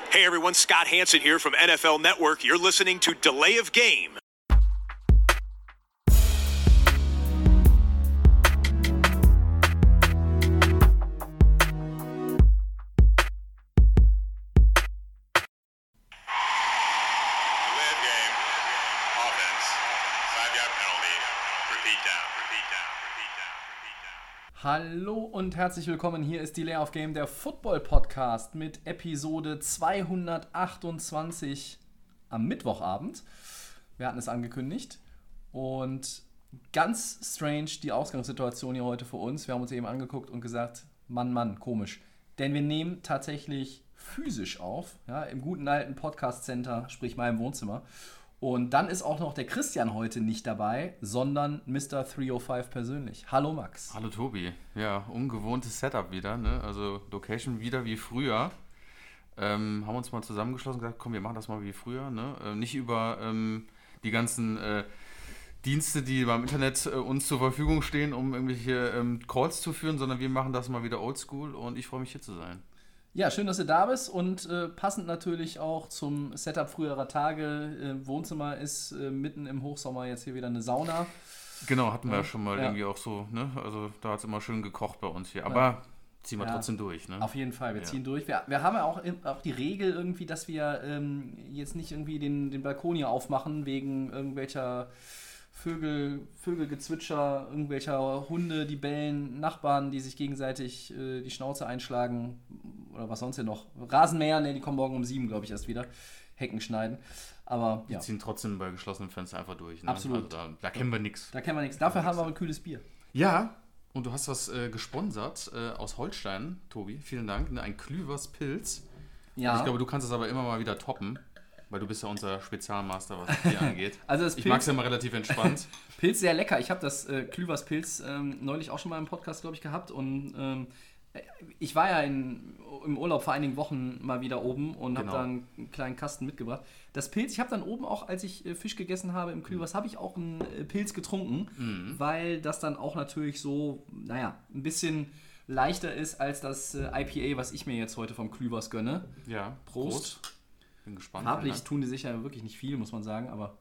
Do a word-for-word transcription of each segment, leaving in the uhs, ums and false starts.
Hey everyone, Scott Hansen here from N F L Network. You're listening to Delay of Game. Hallo und herzlich willkommen, hier ist Delay of Game, der Football-Podcast mit Episode zweihundertachtundzwanzig am Mittwochabend. Wir hatten es angekündigt und ganz strange die Ausgangssituation hier heute für uns. Wir haben uns eben angeguckt und gesagt, Mann, Mann, komisch. Denn wir nehmen tatsächlich physisch auf, ja, im guten alten Podcast-Center, sprich meinem Wohnzimmer. Und dann ist auch noch der Christian heute nicht dabei, sondern Mister dreihundertfünf persönlich. Hallo Max. Hallo Tobi. Ja, ungewohntes Setup wieder, ne? Also Location wieder wie früher. Ähm, haben uns mal zusammengeschlossen und gesagt, komm, wir machen das mal wie früher, ne? Äh, nicht über ähm, die ganzen äh, Dienste, die beim Internet äh, uns zur Verfügung stehen, um irgendwelche ähm, Calls zu führen, sondern wir machen das mal wieder oldschool und ich freue mich hier zu sein. Ja, schön, dass du da bist und äh, passend natürlich auch zum Setup früherer Tage. Äh, Wohnzimmer ist äh, mitten im Hochsommer jetzt hier wieder eine Sauna. Genau, hatten wir ja, ja schon mal ja. irgendwie auch so, ne? Also da hat es immer schön gekocht bei uns hier, aber ja. ziehen wir ja. trotzdem durch, ne? Auf jeden Fall, wir ja. ziehen durch. Wir, wir haben ja auch, auch die Regel irgendwie, dass wir ähm, jetzt nicht irgendwie den, den Balkon hier aufmachen wegen irgendwelcher Vögel, Vögelgezwitscher, irgendwelcher Hunde, die bellen, Nachbarn, die sich gegenseitig äh, die Schnauze einschlagen oder was sonst hier noch. Rasenmäher, ne, die kommen morgen um sieben, glaube ich, erst wieder. Hecken schneiden. Aber die ja. ziehen trotzdem bei geschlossenem Fenster einfach durch. Ne? Absolut. Also da, da kennen wir nichts. Da kennen wir nichts. Dafür haben wir aber ein kühles Bier. Ja, und du hast was äh, gesponsert äh, aus Holstein, Tobi. Vielen Dank. Ne? Ein Klüvers Pilz. Ja. Ich glaube, du kannst es aber immer mal wieder toppen. Weil du bist ja unser Spezialmaster, was das Bier angeht. Also das ich Pilz, mag es ja immer relativ entspannt. Pilz sehr lecker. Ich habe das äh, Klüvers Pilz ähm, neulich auch schon mal im Podcast, glaube ich, gehabt. Und ähm, ich war ja in, im Urlaub vor einigen Wochen mal wieder oben und genau. habe da einen kleinen Kasten mitgebracht. Das Pilz, ich habe dann oben auch, als ich äh, Fisch gegessen habe im Klüvers, habe ich auch einen äh, Pilz getrunken. Mhm. Weil das dann auch natürlich so, naja, ein bisschen leichter ist als das äh, I P A, was ich mir jetzt heute vom Klüvers gönne. Ja, Prost. Prost. Bin gespannt. Farblich ja. tun die sich ja wirklich nicht viel, muss man sagen, aber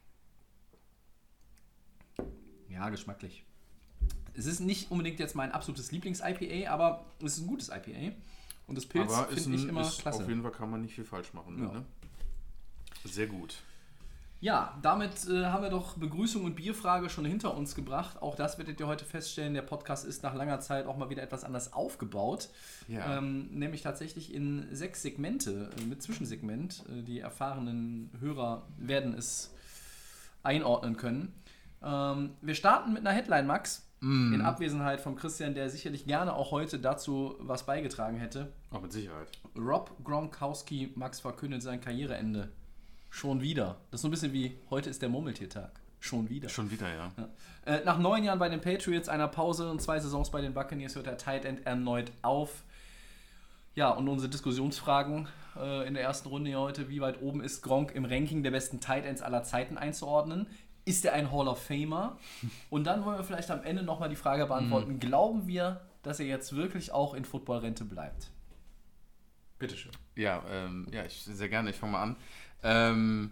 ja, geschmacklich. Es ist nicht unbedingt jetzt mein absolutes Lieblings-I P A, aber es ist ein gutes I P A. Und das Pilz finde ich immer ist, klasse. Auf jeden Fall kann man nicht viel falsch machen. Ja. Ne? Sehr gut. Ja, damit äh, haben wir doch Begrüßung und Bierfrage schon hinter uns gebracht. Auch das werdet ihr heute feststellen. Der Podcast ist nach langer Zeit auch mal wieder etwas anders aufgebaut. Ja. Ähm, nämlich tatsächlich in sechs Segmente äh, mit Zwischensegment. Äh, die erfahrenen Hörer werden es einordnen können. Ähm, wir starten mit einer Headline, Max. Mm. In Abwesenheit von Christian, der sicherlich gerne auch heute dazu was beigetragen hätte. Auch mit Sicherheit. Rob Gronkowski, Max, verkündet sein Karriereende. Schon wieder. Das ist so ein bisschen wie, heute ist der Murmeltiertag. Schon wieder. Schon wieder, ja. ja. Äh, nach neun Jahren bei den Patriots, einer Pause und zwei Saisons bei den Buccaneers hört der Tight End erneut auf. Ja, und unsere Diskussionsfragen äh, in der ersten Runde hier heute, wie weit oben ist Gronk im Ranking der besten Tight Ends aller Zeiten einzuordnen? Ist er ein Hall of Famer? Und dann wollen wir vielleicht am Ende nochmal die Frage beantworten, mm. glauben wir, dass er jetzt wirklich auch in Footballrente bleibt? Bitteschön. Ja, ähm, ja, ich sehr gerne. Ich fange mal an. Ähm,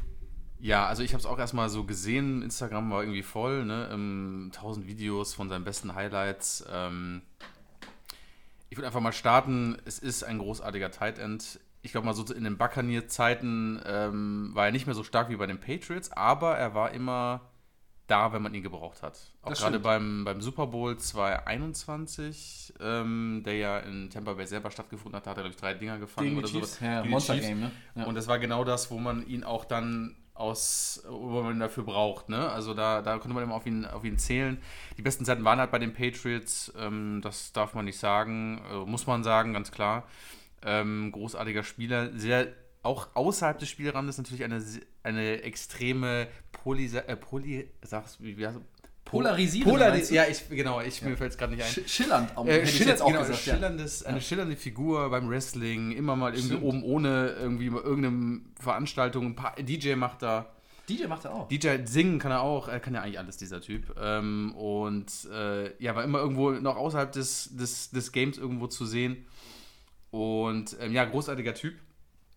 ja, also ich habe es auch erstmal so gesehen, Instagram war irgendwie voll, ne, ähm, tausend Videos von seinen besten Highlights. Ähm, ich würde einfach mal starten, es ist ein großartiger Tight End. Ich glaube mal so in den Buccaneers-Zeiten ähm, war er nicht mehr so stark wie bei den Patriots, aber er war immer da, wenn man ihn gebraucht hat. Auch gerade beim, beim Super Bowl zwanzig einundzwanzig, ähm, der ja in Tampa Bay selber stattgefunden hat, da hat er, glaube ich, drei Dinger gefangen Gegen oder so. Ja, Monster Game, ne? Ja. Und das war genau das, wo man ihn auch dann aus, wo man ihn dafür braucht, ne? Also da, da konnte man immer auf ihn, auf ihn zählen. Die besten Zeiten waren halt bei den Patriots, ähm, das darf man nicht sagen, äh, muss man sagen, ganz klar. Ähm, großartiger Spieler, sehr auch außerhalb des Spielrandes natürlich eine, eine extreme Poly, äh, Poly, sag's, wie, wie heißt Polarisierend. Polaris- ja, ich, genau, ich, ja. mir fällt es gerade nicht ein. Sch- schillernd, auch, äh, hätte schillernd, ich jetzt auch genau, gesagt. Schillerndes, ja. Eine schillernde Figur beim Wrestling, immer mal irgendwie Stimmt. oben ohne, irgendwie bei irgendeine Veranstaltung, ein paar, D J macht da. D J macht er auch. D J singen kann er auch, er kann ja eigentlich alles, dieser Typ. Ähm, und äh, ja, war immer irgendwo noch außerhalb des, des, des Games irgendwo zu sehen. Und ähm, ja, großartiger Typ.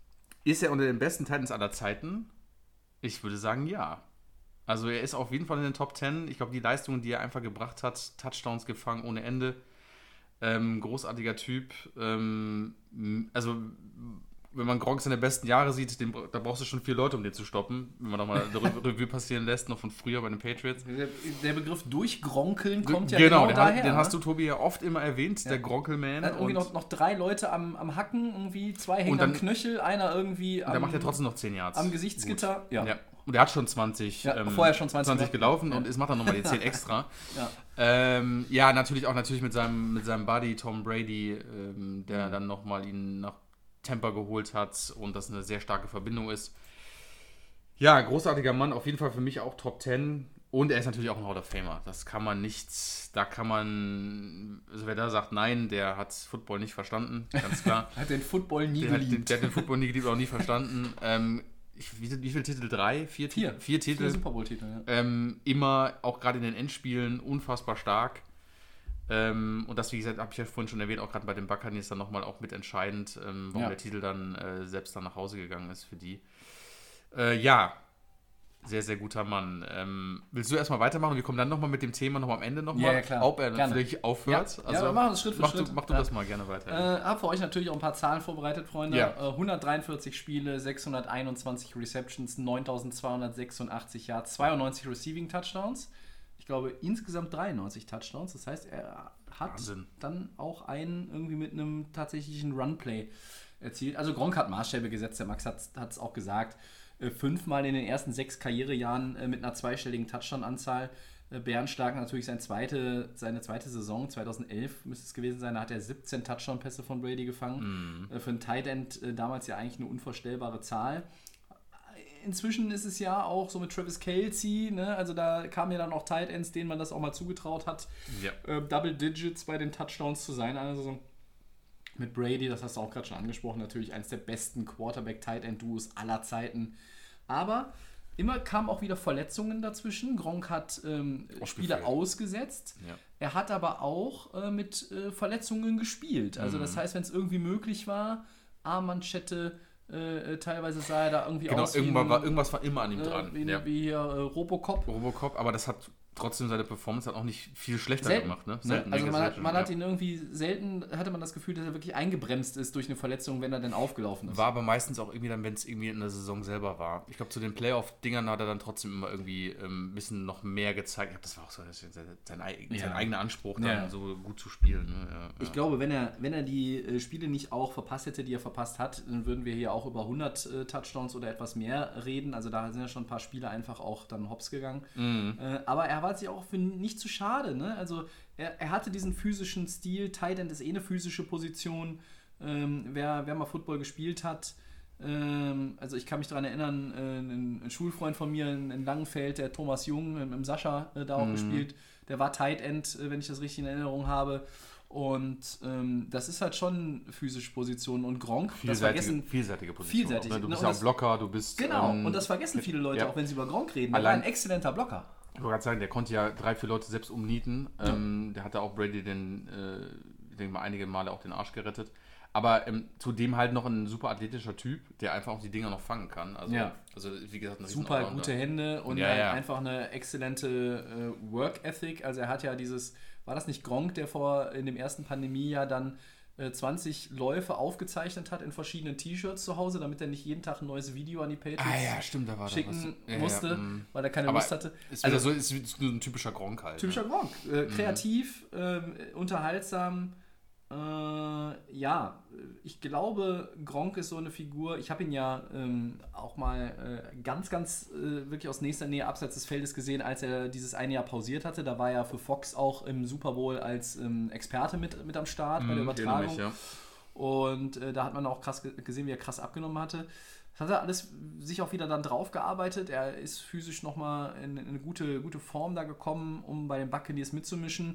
Ist er unter den besten Titans aller Zeiten? Ich würde sagen, ja. Also er ist auf jeden Fall in den Top zehn. Ich glaube, die Leistungen, die er einfach gebracht hat, Touchdowns gefangen ohne Ende. Ähm, großartiger Typ. Ähm, also wenn man Gronk seine besten Jahre sieht, den, da brauchst du schon vier Leute, um den zu stoppen. Wenn man nochmal eine Re- Revue passieren lässt, noch von früher bei den Patriots. Der, der Begriff durchgronkeln kommt ja genau, genau den, daher. Den ne? hast du, Tobi, ja oft immer erwähnt, ja. der Gronkelman. Er hat irgendwie noch, noch drei Leute am, am Hacken, irgendwie zwei hängen am Knöchel, einer irgendwie am... Und der macht ja trotzdem noch zehn Yards. Am Gesichtsgitter, ja. ja. Und er hat schon zwanzig, ja, ähm, vorher schon zwanzig, zwanzig gelaufen ja. und es macht dann nochmal die zehn extra. ja. Ähm, ja, natürlich auch natürlich mit seinem, mit seinem Buddy Tom Brady, ähm, der mhm. dann nochmal ihn nach Tampa geholt hat und das eine sehr starke Verbindung ist. Ja, großartiger Mann, auf jeden Fall für mich auch Top zehn und er ist natürlich auch ein Hall of Famer. Das kann man nicht, da kann man, also wer da sagt nein, der hat Football nicht verstanden, ganz klar. hat den Football nie der geliebt. Hat den, der hat den Football nie geliebt, auch nie verstanden. ähm, ich, wie, wie viele Titel? Drei? Vier? Vier. Vier Titel. Vier Super Bowl-Titel, ja. Ähm, immer, auch gerade in den Endspielen, unfassbar stark. Ähm, und das, wie gesagt, habe ich ja vorhin schon erwähnt, auch gerade bei den Buccaneers dann nochmal auch mitentscheidend, ähm, warum ja. der Titel dann äh, selbst dann nach Hause gegangen ist für die. Äh, ja, sehr, sehr guter Mann. Ähm, willst du erstmal weitermachen? Wir kommen dann nochmal mit dem Thema nochmal am Ende nochmal, ja, ja, ob er vielleicht aufhört. Ja, also, ja, wir machen das Schritt für mach Schritt. Du, mach du ja. das mal gerne weiter. Ich äh, habe für euch natürlich auch ein paar Zahlen vorbereitet, Freunde. Ja. Äh, hundertdreiundvierzig Spiele, sechshunderteinundzwanzig Receptions, neuntausendzweihundertsechsundachtzig Yards, zweiundneunzig Receiving Touchdowns. Ich glaube, insgesamt dreiundneunzig Touchdowns. Das heißt, er hat Wahnsinn. Dann auch einen irgendwie mit einem tatsächlichen Runplay erzielt. Also Gronk hat Maßstäbe gesetzt, der Max hat es auch gesagt. Äh, fünfmal in den ersten sechs Karrierejahren äh, mit einer zweistelligen Touchdown-Anzahl. Äh, Bärenstark natürlich seine zweite, seine zweite Saison, zweitausendelf müsste es gewesen sein. Da hat er siebzehn Touchdown-Pässe von Brady gefangen. Mm. Äh, für einen Tight End äh, damals ja eigentlich eine unvorstellbare Zahl. Inzwischen ist es ja auch so mit Travis Kelce, ne? Also da kamen ja dann auch Tight Ends, denen man das auch mal zugetraut hat, ja. äh, Double Digits bei den Touchdowns zu sein. Also mit Brady, das hast du auch gerade schon angesprochen, natürlich eines der besten Quarterback-Tight End-Duos aller Zeiten. Aber immer kamen auch wieder Verletzungen dazwischen. Gronk hat ähm, Spiele ausgesetzt. Ja. Er hat aber auch äh, mit äh, Verletzungen gespielt. Also mhm. das heißt, wenn es irgendwie möglich war, Armmanschette, Äh, teilweise sah er da irgendwie genau, aus irgendwas wie ein, war, irgendwas war immer an ihm äh, dran. Wie, ja. wie hier äh, Robocop. Robocop, aber das hat trotzdem seine Performance hat auch nicht viel schlechter selten, gemacht. Ne? Selten, ne? Also man, selten, man ja. hat ihn irgendwie, selten hatte man das Gefühl, dass er wirklich eingebremst ist durch eine Verletzung, wenn er denn aufgelaufen ist. War aber meistens auch irgendwie dann, wenn es irgendwie in der Saison selber war. Ich glaube, zu den Playoff-Dingern hat er dann trotzdem immer irgendwie ähm, ein bisschen noch mehr gezeigt. Das war auch so sein, sein, ja. sein eigener Anspruch, dann ja. so gut zu spielen. Ne? Ja, ich ja. glaube, wenn er, wenn er die äh, Spiele nicht auch verpasst hätte, die er verpasst hat, dann würden wir hier auch über hundert äh, Touchdowns oder etwas mehr reden. Also da sind ja schon ein paar Spiele einfach auch dann hops gegangen. Mhm. Äh, aber er war sich auch für nicht zu schade. Ne? Also er, er hatte diesen physischen Stil. Tight End ist eh eine physische Position. Ähm, wer, wer mal Football gespielt hat, ähm, also ich kann mich daran erinnern, äh, ein, ein Schulfreund von mir in, in Langenfeld, der Thomas Jung, im, im Sascha äh, da auch mhm. gespielt, der war Tight End, äh, wenn ich das richtig in Erinnerung habe. Und ähm, das ist halt schon physische Position. Und Gronk, vielseitige, das vergessen... Vielseitige Position. Vielseitig. Auch, ne? Du bist ja auch Blocker, du bist... Genau, ähm, und das vergessen viele Leute, ja. auch wenn sie über Gronk reden. Er Allein, war ein exzellenter Blocker. Ich wollte gerade sagen, der konnte ja drei, vier Leute selbst umnieten. Ja. Ähm, der hatte auch Brady den, äh, ich denke mal, einige Male auch den Arsch gerettet. Aber ähm, zudem halt noch ein super athletischer Typ, der einfach auch die Dinger noch fangen kann. Also, ja. also wie gesagt, ein super gute Hände und ja, halt ja. einfach eine exzellente äh, Work Ethic. Also er hat ja dieses, war das nicht Gronk, der vor in dem ersten Pandemiejahr dann äh, zwanzig Läufe aufgezeichnet hat in verschiedenen T-Shirts zu Hause, damit er nicht jeden Tag ein neues Video an die Patriots ah, ja, stimmt, da war schicken da musste, ja, ja, weil er keine aber Lust hatte. Ist also so ist, ist nur ein typischer Gronk halt. Typischer ne? Gronk. Äh, kreativ, mhm. äh, unterhaltsam. Äh, ja, ich glaube, Gronk ist so eine Figur. Ich habe ihn ja ähm, auch mal äh, ganz, ganz äh, wirklich aus nächster Nähe abseits des Feldes gesehen, als er dieses eine Jahr pausiert hatte. Da war er für Fox auch im Super Bowl als ähm, Experte mit, mit am Start mm, bei der Übertragung. Mich, ja. Und äh, da hat man auch krass gesehen, wie er krass abgenommen hatte. Das hat er alles sich auch wieder dann drauf gearbeitet. Er ist physisch nochmal in, in eine gute, gute Form da gekommen, um bei den Buccaneers mitzumischen.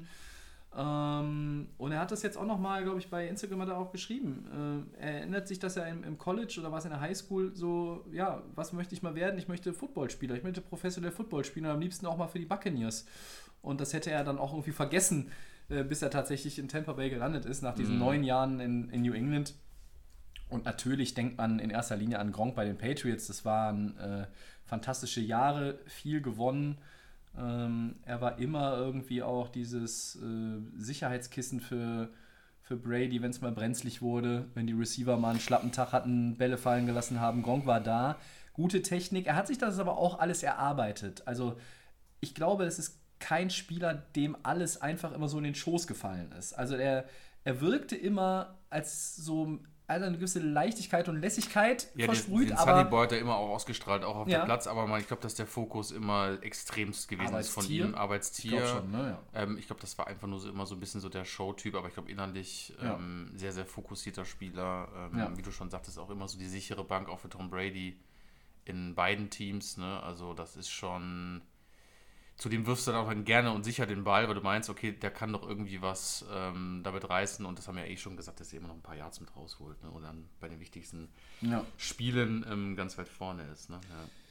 Ähm, und er hat das jetzt auch nochmal, glaube ich, bei Instagram hat er auch geschrieben. Äh, er erinnert sich, dass er im, im College oder was in der Highschool so, ja, was möchte ich mal werden? Ich möchte Footballspieler, ich möchte professionell Football spielen und am liebsten auch mal für die Buccaneers. Und das hätte er dann auch irgendwie vergessen, äh, bis er tatsächlich in Tampa Bay gelandet ist, nach diesen mm. neun Jahren in, in New England. Und natürlich denkt man in erster Linie an Gronk bei den Patriots. Das waren äh, fantastische Jahre, viel gewonnen. Ähm, er war immer irgendwie auch dieses äh, Sicherheitskissen für, für Brady, wenn es mal brenzlig wurde, wenn die Receiver mal einen schlappen Tag hatten, Bälle fallen gelassen haben. Gronk war da. Gute Technik. Er hat sich das aber auch alles erarbeitet. Also ich glaube, es ist kein Spieler, dem alles einfach immer so in den Schoß gefallen ist. Also er, er wirkte immer als so... Also eine gewisse Leichtigkeit und Lässigkeit ja, versprüht, den, den aber... Sunny Boy hat er immer auch ausgestrahlt, auch auf ja. dem Platz, aber man, ich glaube, dass der Fokus immer extremst gewesen ist von ihm. Arbeitstier. Ich glaube schon, ne? Ja. Ähm, ich glaube, das war einfach nur so immer so ein bisschen so der Showtyp, aber ich glaube innerlich ja. ähm, sehr, sehr fokussierter Spieler. Ähm, ja. Wie du schon sagtest, auch immer so die sichere Bank, auch für Tom Brady in beiden Teams. Ne? Also das ist schon... Zudem wirfst du dann auch dann gerne und sicher den Ball, weil du meinst, okay, der kann doch irgendwie was ähm, damit reißen. Und das haben wir ja eh schon gesagt, dass er immer noch ein paar Yards mit rausholt. Ne? Und dann bei den wichtigsten ja. Spielen ähm, ganz weit vorne ist. Ne?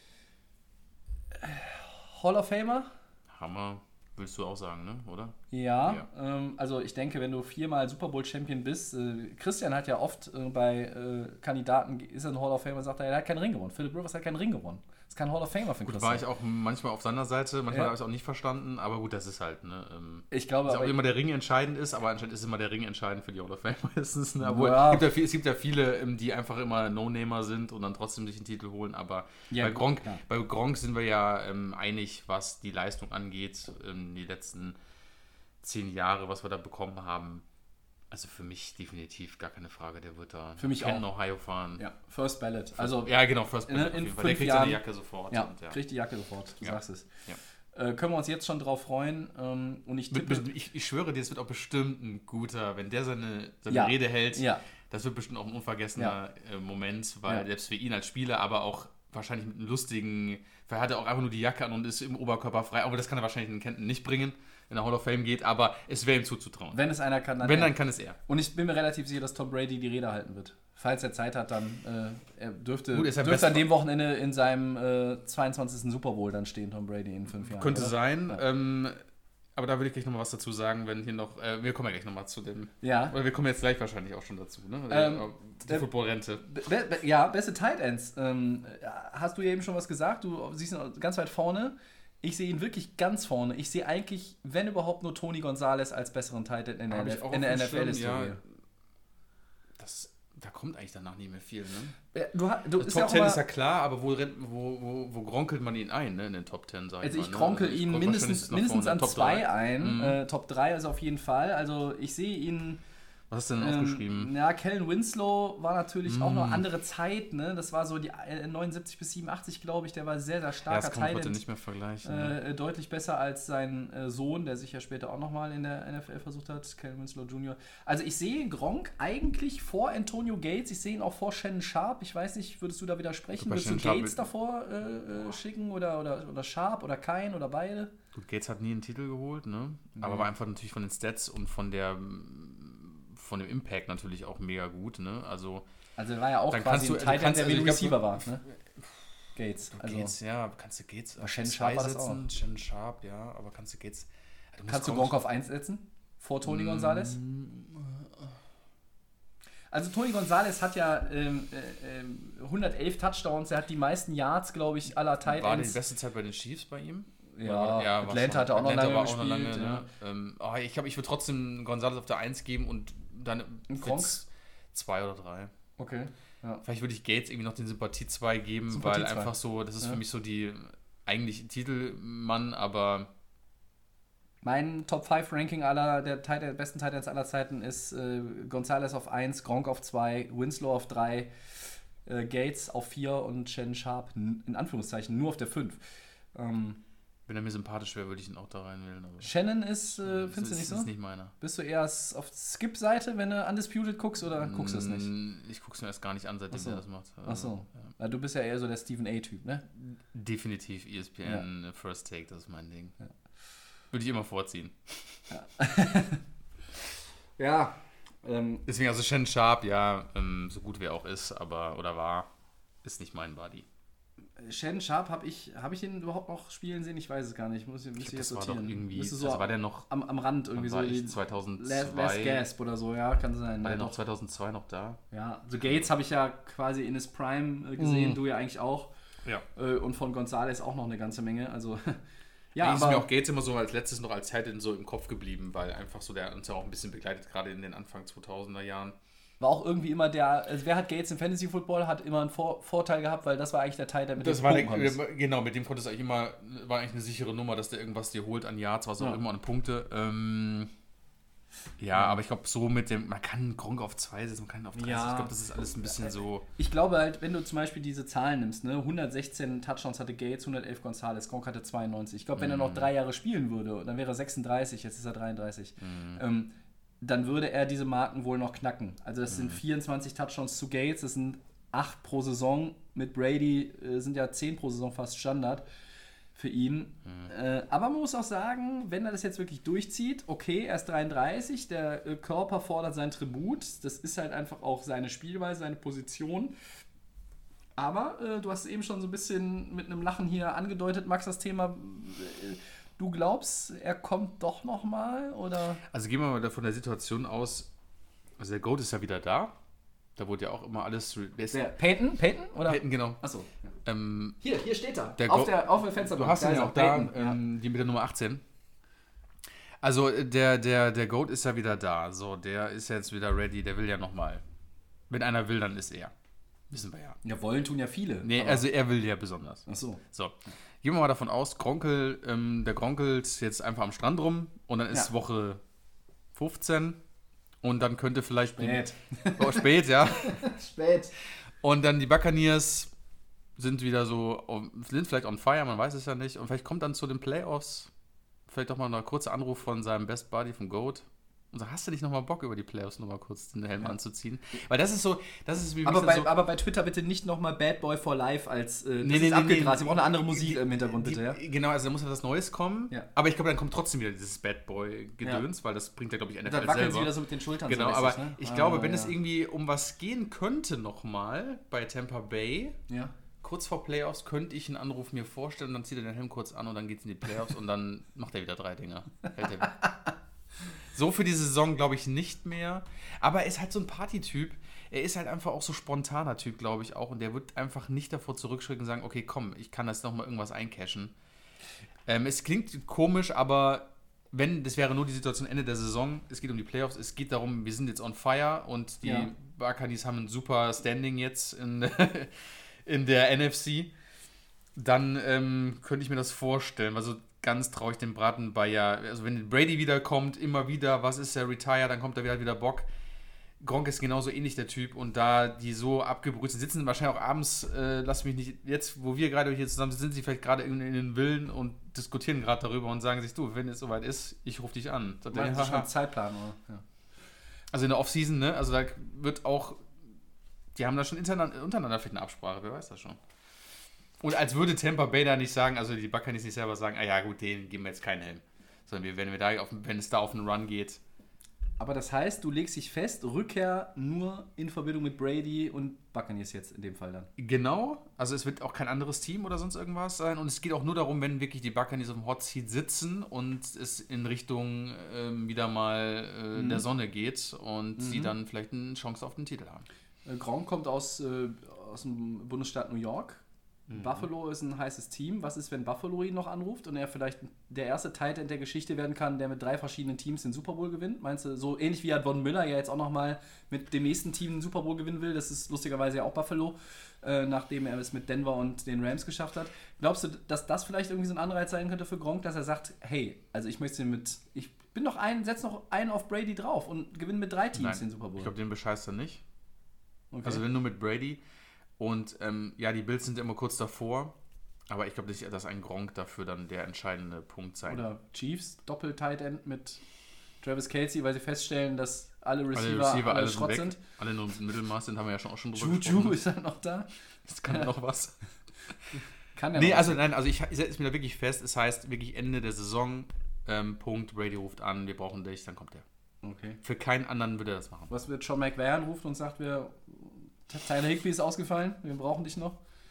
Ja. Hall of Famer? Hammer, willst du auch sagen, ne? Oder? Ja, ja. Ähm, also ich denke, wenn du viermal Super Bowl Champion bist, äh, Christian hat ja oft äh, bei äh, Kandidaten, ist er ein Hall of Famer, sagt er, er hat keinen Ring gewonnen. Philip Rivers hat keinen Ring gewonnen. Das ist kein Hall of Famer für Gut, Christian. war ich auch manchmal auf seiner Seite, manchmal ja. habe ich es auch nicht verstanden, aber gut, das ist halt, ne, ähm, ich glaube, dass auch immer der Ring entscheidend ist, aber anscheinend ist immer der Ring entscheidend für die Hall of Fame meistens, ne? Obwohl, ja. es, gibt ja viel, es gibt ja viele, die einfach immer No-Namer sind und dann trotzdem sich einen Titel holen, aber ja, bei, Gronk, ja. bei Gronk sind wir ja ähm, einig, was die Leistung angeht, ähm, die letzten zehn Jahre, was wir da bekommen haben. Also für mich definitiv gar keine Frage, der wird da für mich in auch. Ohio fahren. Ja, First Ballot. Also ja, genau, First Ballot. In, in fünf der kriegt Jahren, seine Jacke sofort. Ja, und, ja. kriegt die Jacke sofort, du ja. sagst es. Ja. Äh, können wir uns jetzt schon drauf freuen. Ähm, und ich, tippe, ich, ich schwöre dir, es wird auch bestimmt ein guter, wenn der seine, seine ja. Rede hält, ja. das wird bestimmt auch ein unvergessener ja. Moment, weil ja. selbst für ihn als Spieler, aber auch wahrscheinlich mit einem lustigen, vielleicht hat er auch einfach nur die Jacke an und ist im Oberkörper frei, aber das kann er wahrscheinlich in Kenton nicht bringen, wenn er Hall of Fame geht, aber es wäre ihm zuzutrauen. Wenn es einer kann, dann Wenn, er. dann kann es er. Und ich bin mir relativ sicher, dass Tom Brady die Rede halten wird. Falls er Zeit hat, dann äh, er dürfte, Gut, er dürfte an dem Wochenende in seinem äh, zweiundzwanzigsten Super Bowl dann stehen, Tom Brady in fünf Jahren. Könnte oder? sein, ja. ähm, aber da will ich gleich nochmal was dazu sagen, wenn hier noch, äh, wir kommen ja gleich nochmal zu dem, ja. oder wir kommen jetzt gleich wahrscheinlich auch schon dazu, ne? Ähm, die äh, Football-Rente. Be- be- ja, beste Tight Ends. Ähm, hast du ja eben schon was gesagt, du siehst ihn ganz weit vorne. Ich sehe ihn wirklich ganz vorne. Ich sehe eigentlich, wenn überhaupt, nur Tony Gonzalez als besseren Tight End in der, N- in der N F L-Historie. Ja, das... Da kommt eigentlich danach nicht mehr viel, ne? Ja, du, du Top ja zehn ist ja klar, aber wo, wo, wo, wo gronkelt man ihn ein, ne? In den Top zehn, sag ich Also ich mal, gronkel ne? ihn ich mindestens, mindestens an Top zwei drei. ein. Mhm. Äh, Top drei also auf jeden Fall. Also ich sehe ihn... Was hast du denn ähm, aufgeschrieben? Ja, Kellen Winslow war natürlich mm. auch noch eine andere Zeit, ne? Das war so die neunundsiebzig bis siebenundachtzig, glaube ich. Der war sehr, sehr starker ja, das kann man Tight heute End. nicht mehr vergleichen. Äh, deutlich besser als sein äh, Sohn, der sich ja später auch nochmal in der N F L versucht hat, Kellen Winslow Junior Also ich sehe Gronk eigentlich vor Antonio Gates, ich sehe ihn auch vor Shannon Sharp. Ich weiß nicht, würdest du da widersprechen? Würdest du Gates davor äh, äh, schicken oder, oder, oder Sharp oder kein oder beide? Gut, Gates hat nie einen Titel geholt, ne? Mhm. Aber war einfach natürlich von den Stats und von der von dem Impact natürlich auch mega gut, ne? Also, also er war ja auch dann quasi du, ein Tight End, der wie ein Receiver war, ne? Gates. Also Gates, ja, kannst du Gates auf zwei setzen? Shannon Sharp, ja, aber kannst du Gates... Du kannst du Gronk auf eins setzen? Vor Tony mm, Gonzalez? Also Tony Gonzalez hat ja ähm, äh, hundertelf Touchdowns, er hat die meisten Yards, glaube ich, aller Tight Ends. War die beste Zeit bei den Chiefs bei ihm? Ja, ja Atlanta hat er auch noch lange gespielt. Noch lange, ja. ne? ähm, oh, ich glaube, ich würde trotzdem Gonzalez auf der eins geben und dann zwei oder drei. Okay. Ja. Vielleicht würde ich Gates irgendwie noch den Sympathie zwei geben, Sympathie weil zwei. Einfach so, das ist ja. für mich so die eigentlich Titelmann, aber mein Top fünf Ranking aller der, Tight, der besten Tight Ends aller Zeiten ist äh, Gonzalez auf eins, Gronk auf zwei, Winslow auf drei, äh, Gates auf vier und Shannon Sharp in Anführungszeichen nur auf der fünf. Ähm, Wenn er mir sympathisch wäre, würde ich ihn auch da reinwählen. Aber Shannon ist, äh, findest ist, du nicht so? Das ist nicht meiner. Bist du eher auf Skip-Seite, wenn du Undisputed guckst, oder guckst du es nicht? Ich guck's mir erst gar nicht an, seitdem so. er das macht. Ach so. Ja. Du bist ja eher so der Stephen A-Typ, ne? Definitiv E S P N, ja. First Take, das ist mein Ding. Ja. Würde ich immer vorziehen. Ja. ja ähm, Deswegen, also Shannon Sharp, ja, ähm, so gut wie er auch ist, aber, oder war, ist nicht mein Buddy. Shannon Sharp, habe ich, hab ich ihn überhaupt noch spielen sehen? Ich weiß es gar nicht. Muss, muss ich, ich jetzt das war doch irgendwie, so also war der noch am, am Rand irgendwie so. Ich zweitausendzwei. Last, Last Gasp oder so, ja, kann sein. War ja, der noch doch. zweitausendzwei noch da? Ja, so Gates habe ich ja quasi in his Prime äh, gesehen, mm. du ja eigentlich auch. Ja. Äh, und von González auch noch eine ganze Menge, also... Ja, ist mir auch Gates immer so als letztes noch als Head so im Kopf geblieben, weil einfach so der uns ja auch ein bisschen begleitet, gerade in den Anfang zweitausender Jahren. War auch irgendwie immer der, also wer hat Gates im Fantasy Football, hat immer einen Vor- Vorteil gehabt, weil das war eigentlich der Teil, der mit das dem war Punkten der, Genau, mit dem konnte es eigentlich immer, war eigentlich eine sichere Nummer, dass der irgendwas dir holt an Yards, was auch ja. immer an Punkte. Ähm, ja, ja, aber ich glaube so mit dem, man kann Gronk auf zwei setzen, man kann ihn auf drei ja. setzen. Ich glaube, das ist alles ein bisschen so... Ich glaube halt, wenn du zum Beispiel diese Zahlen nimmst, ne, hundertsechzehn Touchdowns hatte Gates, hundertelf González, Gronk hatte zweiundneunzig. Ich glaube, wenn mm. er noch drei Jahre spielen würde, dann wäre er sechsunddreißig, jetzt ist er dreiunddreißig. Mm. Ähm, dann würde er diese Marken wohl noch knacken. Also das sind vierundzwanzig Touchdowns zu Gates, das sind acht pro Saison. Mit Brady äh, sind ja zehn pro Saison fast Standard für ihn. Mhm. Äh, aber man muss auch sagen, wenn er das jetzt wirklich durchzieht, okay, er ist dreiunddreißig, der äh, Körper fordert sein Tribut, das ist halt einfach auch seine Spielweise, seine Position. Aber äh, du hast es eben schon so ein bisschen mit einem Lachen hier angedeutet, Max, das Thema... Äh, Du glaubst, er kommt doch nochmal, oder? Also gehen wir mal von der Situation aus, also der Goat ist ja wieder da. Da wurde ja auch immer alles... Der Peyton? Peyton? Oder? Peyton, genau. Achso. Ja. Ähm, hier, hier steht er. Der auf, Go- der, auf der Fensterbank. Du hast ihn ja auch da, Peyton, ähm, ja. die mit der Nummer achtzehn. Also der, der, der Goat ist ja wieder da. So, der ist jetzt wieder ready, der will ja nochmal. Wenn einer will, dann ist er. Wissen wir ja. Ja, wollen tun ja viele. Nee, also er will ja besonders. Ach so. So. Gehen wir mal davon aus, Gronkel, ähm, der gronkelt jetzt einfach am Strand rum und dann ist ja. Woche fünfzehn und dann könnte vielleicht... Spät. Die, oh, spät, ja. Spät. Und dann die Buccaneers sind wieder so, sind vielleicht on fire, man weiß es ja nicht. Und vielleicht kommt dann zu den Playoffs vielleicht doch mal ein kurzer Anruf von seinem Best Buddy, vom Goat. Und so, hast du nicht nochmal Bock, über die Playoffs nochmal kurz den Helm ja. anzuziehen? Weil das ist so, das ist wie aber bei, so, aber bei Twitter bitte nicht nochmal Bad Boy for Life als äh, nee, nee, nee, abgegrast. Sie brauchen eine andere Musik im Hintergrund, bitte, die, ja? Genau, also da muss etwas Neues kommen. Ja. Aber ich glaube, dann kommt trotzdem wieder dieses Bad Boy-Gedöns, ja. weil das bringt ja, glaube ich, N F L selber. Dann wackeln selber. sie wieder so mit den Schultern. Genau, so aber richtig, ne? ich ah, glaube, wenn ja. es irgendwie um was gehen könnte nochmal bei Tampa Bay, ja. kurz vor Playoffs, könnte ich einen Anruf mir vorstellen, dann zieht er den Helm kurz an und dann geht es in die Playoffs und dann macht er wieder drei Dinger. Hält er wieder. So für die Saison glaube ich nicht mehr. Aber er ist halt so ein Partytyp. Er ist halt einfach auch so spontaner Typ, glaube ich auch. Und der wird einfach nicht davor zurückschrecken und sagen, okay, komm, ich kann das nochmal irgendwas eincashen. Ähm, es klingt komisch, aber wenn, das wäre nur die Situation Ende der Saison, es geht um die Playoffs, es geht darum, wir sind jetzt on fire und die ja. Buccaneers haben ein super Standing jetzt in, in der N F C. Dann ähm, könnte ich mir das vorstellen. Also ganz traue ich dem Braten bei ja, also wenn Brady wiederkommt, immer wieder, was ist der Retire, dann kommt da wieder, wieder Bock. Gronk ist genauso ähnlich der Typ und da die so abgebrüht sind, sitzen wahrscheinlich auch abends, äh, lass mich nicht, jetzt, wo wir gerade hier zusammen sind, sind sie vielleicht gerade in, in den Villen und diskutieren gerade darüber und sagen sich, du, wenn es soweit ist, ich rufe dich an. Du meinst, das ist schon ein Zeitplan, oder? Ja. Also in der Offseason, ne, also da wird auch, die haben da schon untereinander, untereinander vielleicht eine Absprache, wer weiß das schon. Und als würde Tampa Bay da nicht sagen, also die Buccaneers nicht selber sagen, ah ja gut, denen geben wir jetzt keinen Helm. Sondern wir, wenn, wir da auf, wenn es da auf einen Run geht. Aber das heißt, du legst dich fest, Rückkehr nur in Verbindung mit Brady und Buccaneers jetzt in dem Fall dann. Genau, also es wird auch kein anderes Team oder sonst irgendwas sein. Und es geht auch nur darum, wenn wirklich die Buccaneers auf dem Hot Seat sitzen und es in Richtung ähm, wieder mal äh, mhm. der Sonne geht und mhm. sie dann vielleicht eine Chance auf den Titel haben. Äh, Gronk kommt aus, äh, aus dem Bundesstaat New York. Mhm. Buffalo ist ein heißes Team. Was ist, wenn Buffalo ihn noch anruft und er vielleicht der erste Tight End der Geschichte werden kann, der mit drei verschiedenen Teams den Super Bowl gewinnt? Meinst du, so ähnlich wie Von Miller ja jetzt auch nochmal mit dem nächsten Team den Super Bowl gewinnen will? Das ist lustigerweise ja auch Buffalo, äh, nachdem er es mit Denver und den Rams geschafft hat. Glaubst du, dass das vielleicht irgendwie so ein Anreiz sein könnte für Gronk, dass er sagt, hey, also ich möchte mit, ich bin noch ein, setz noch einen auf Brady drauf und gewinne mit drei Teams Nein, den Super Bowl? Ich glaube, den bescheißt er nicht. Okay. Also wenn nur mit Brady. Und ähm, ja, die Bills sind immer kurz davor, aber ich glaube nicht, dass ein Gronk dafür dann der entscheidende Punkt sein Oder Chiefs, Doppel-Tight End mit Travis Kelce, weil sie feststellen, dass alle Receiver alle, Receiver, alle alle Schrott sind, sind. Alle nur im Mittelmaß sind, haben wir ja schon auch schon drüber Juju gesprochen. ist halt noch da. Das kann ja noch was. Kann ja nee, noch also was. nein, also ich, ich setze mir da wirklich fest, es heißt wirklich Ende der Saison, ähm, Punkt, Brady ruft an, wir brauchen dich, dann kommt er. Okay. Für keinen anderen würde er das machen. Was wird Sean McVay anruft und sagt, wir Tyler Higbee ist ausgefallen, wir brauchen dich noch?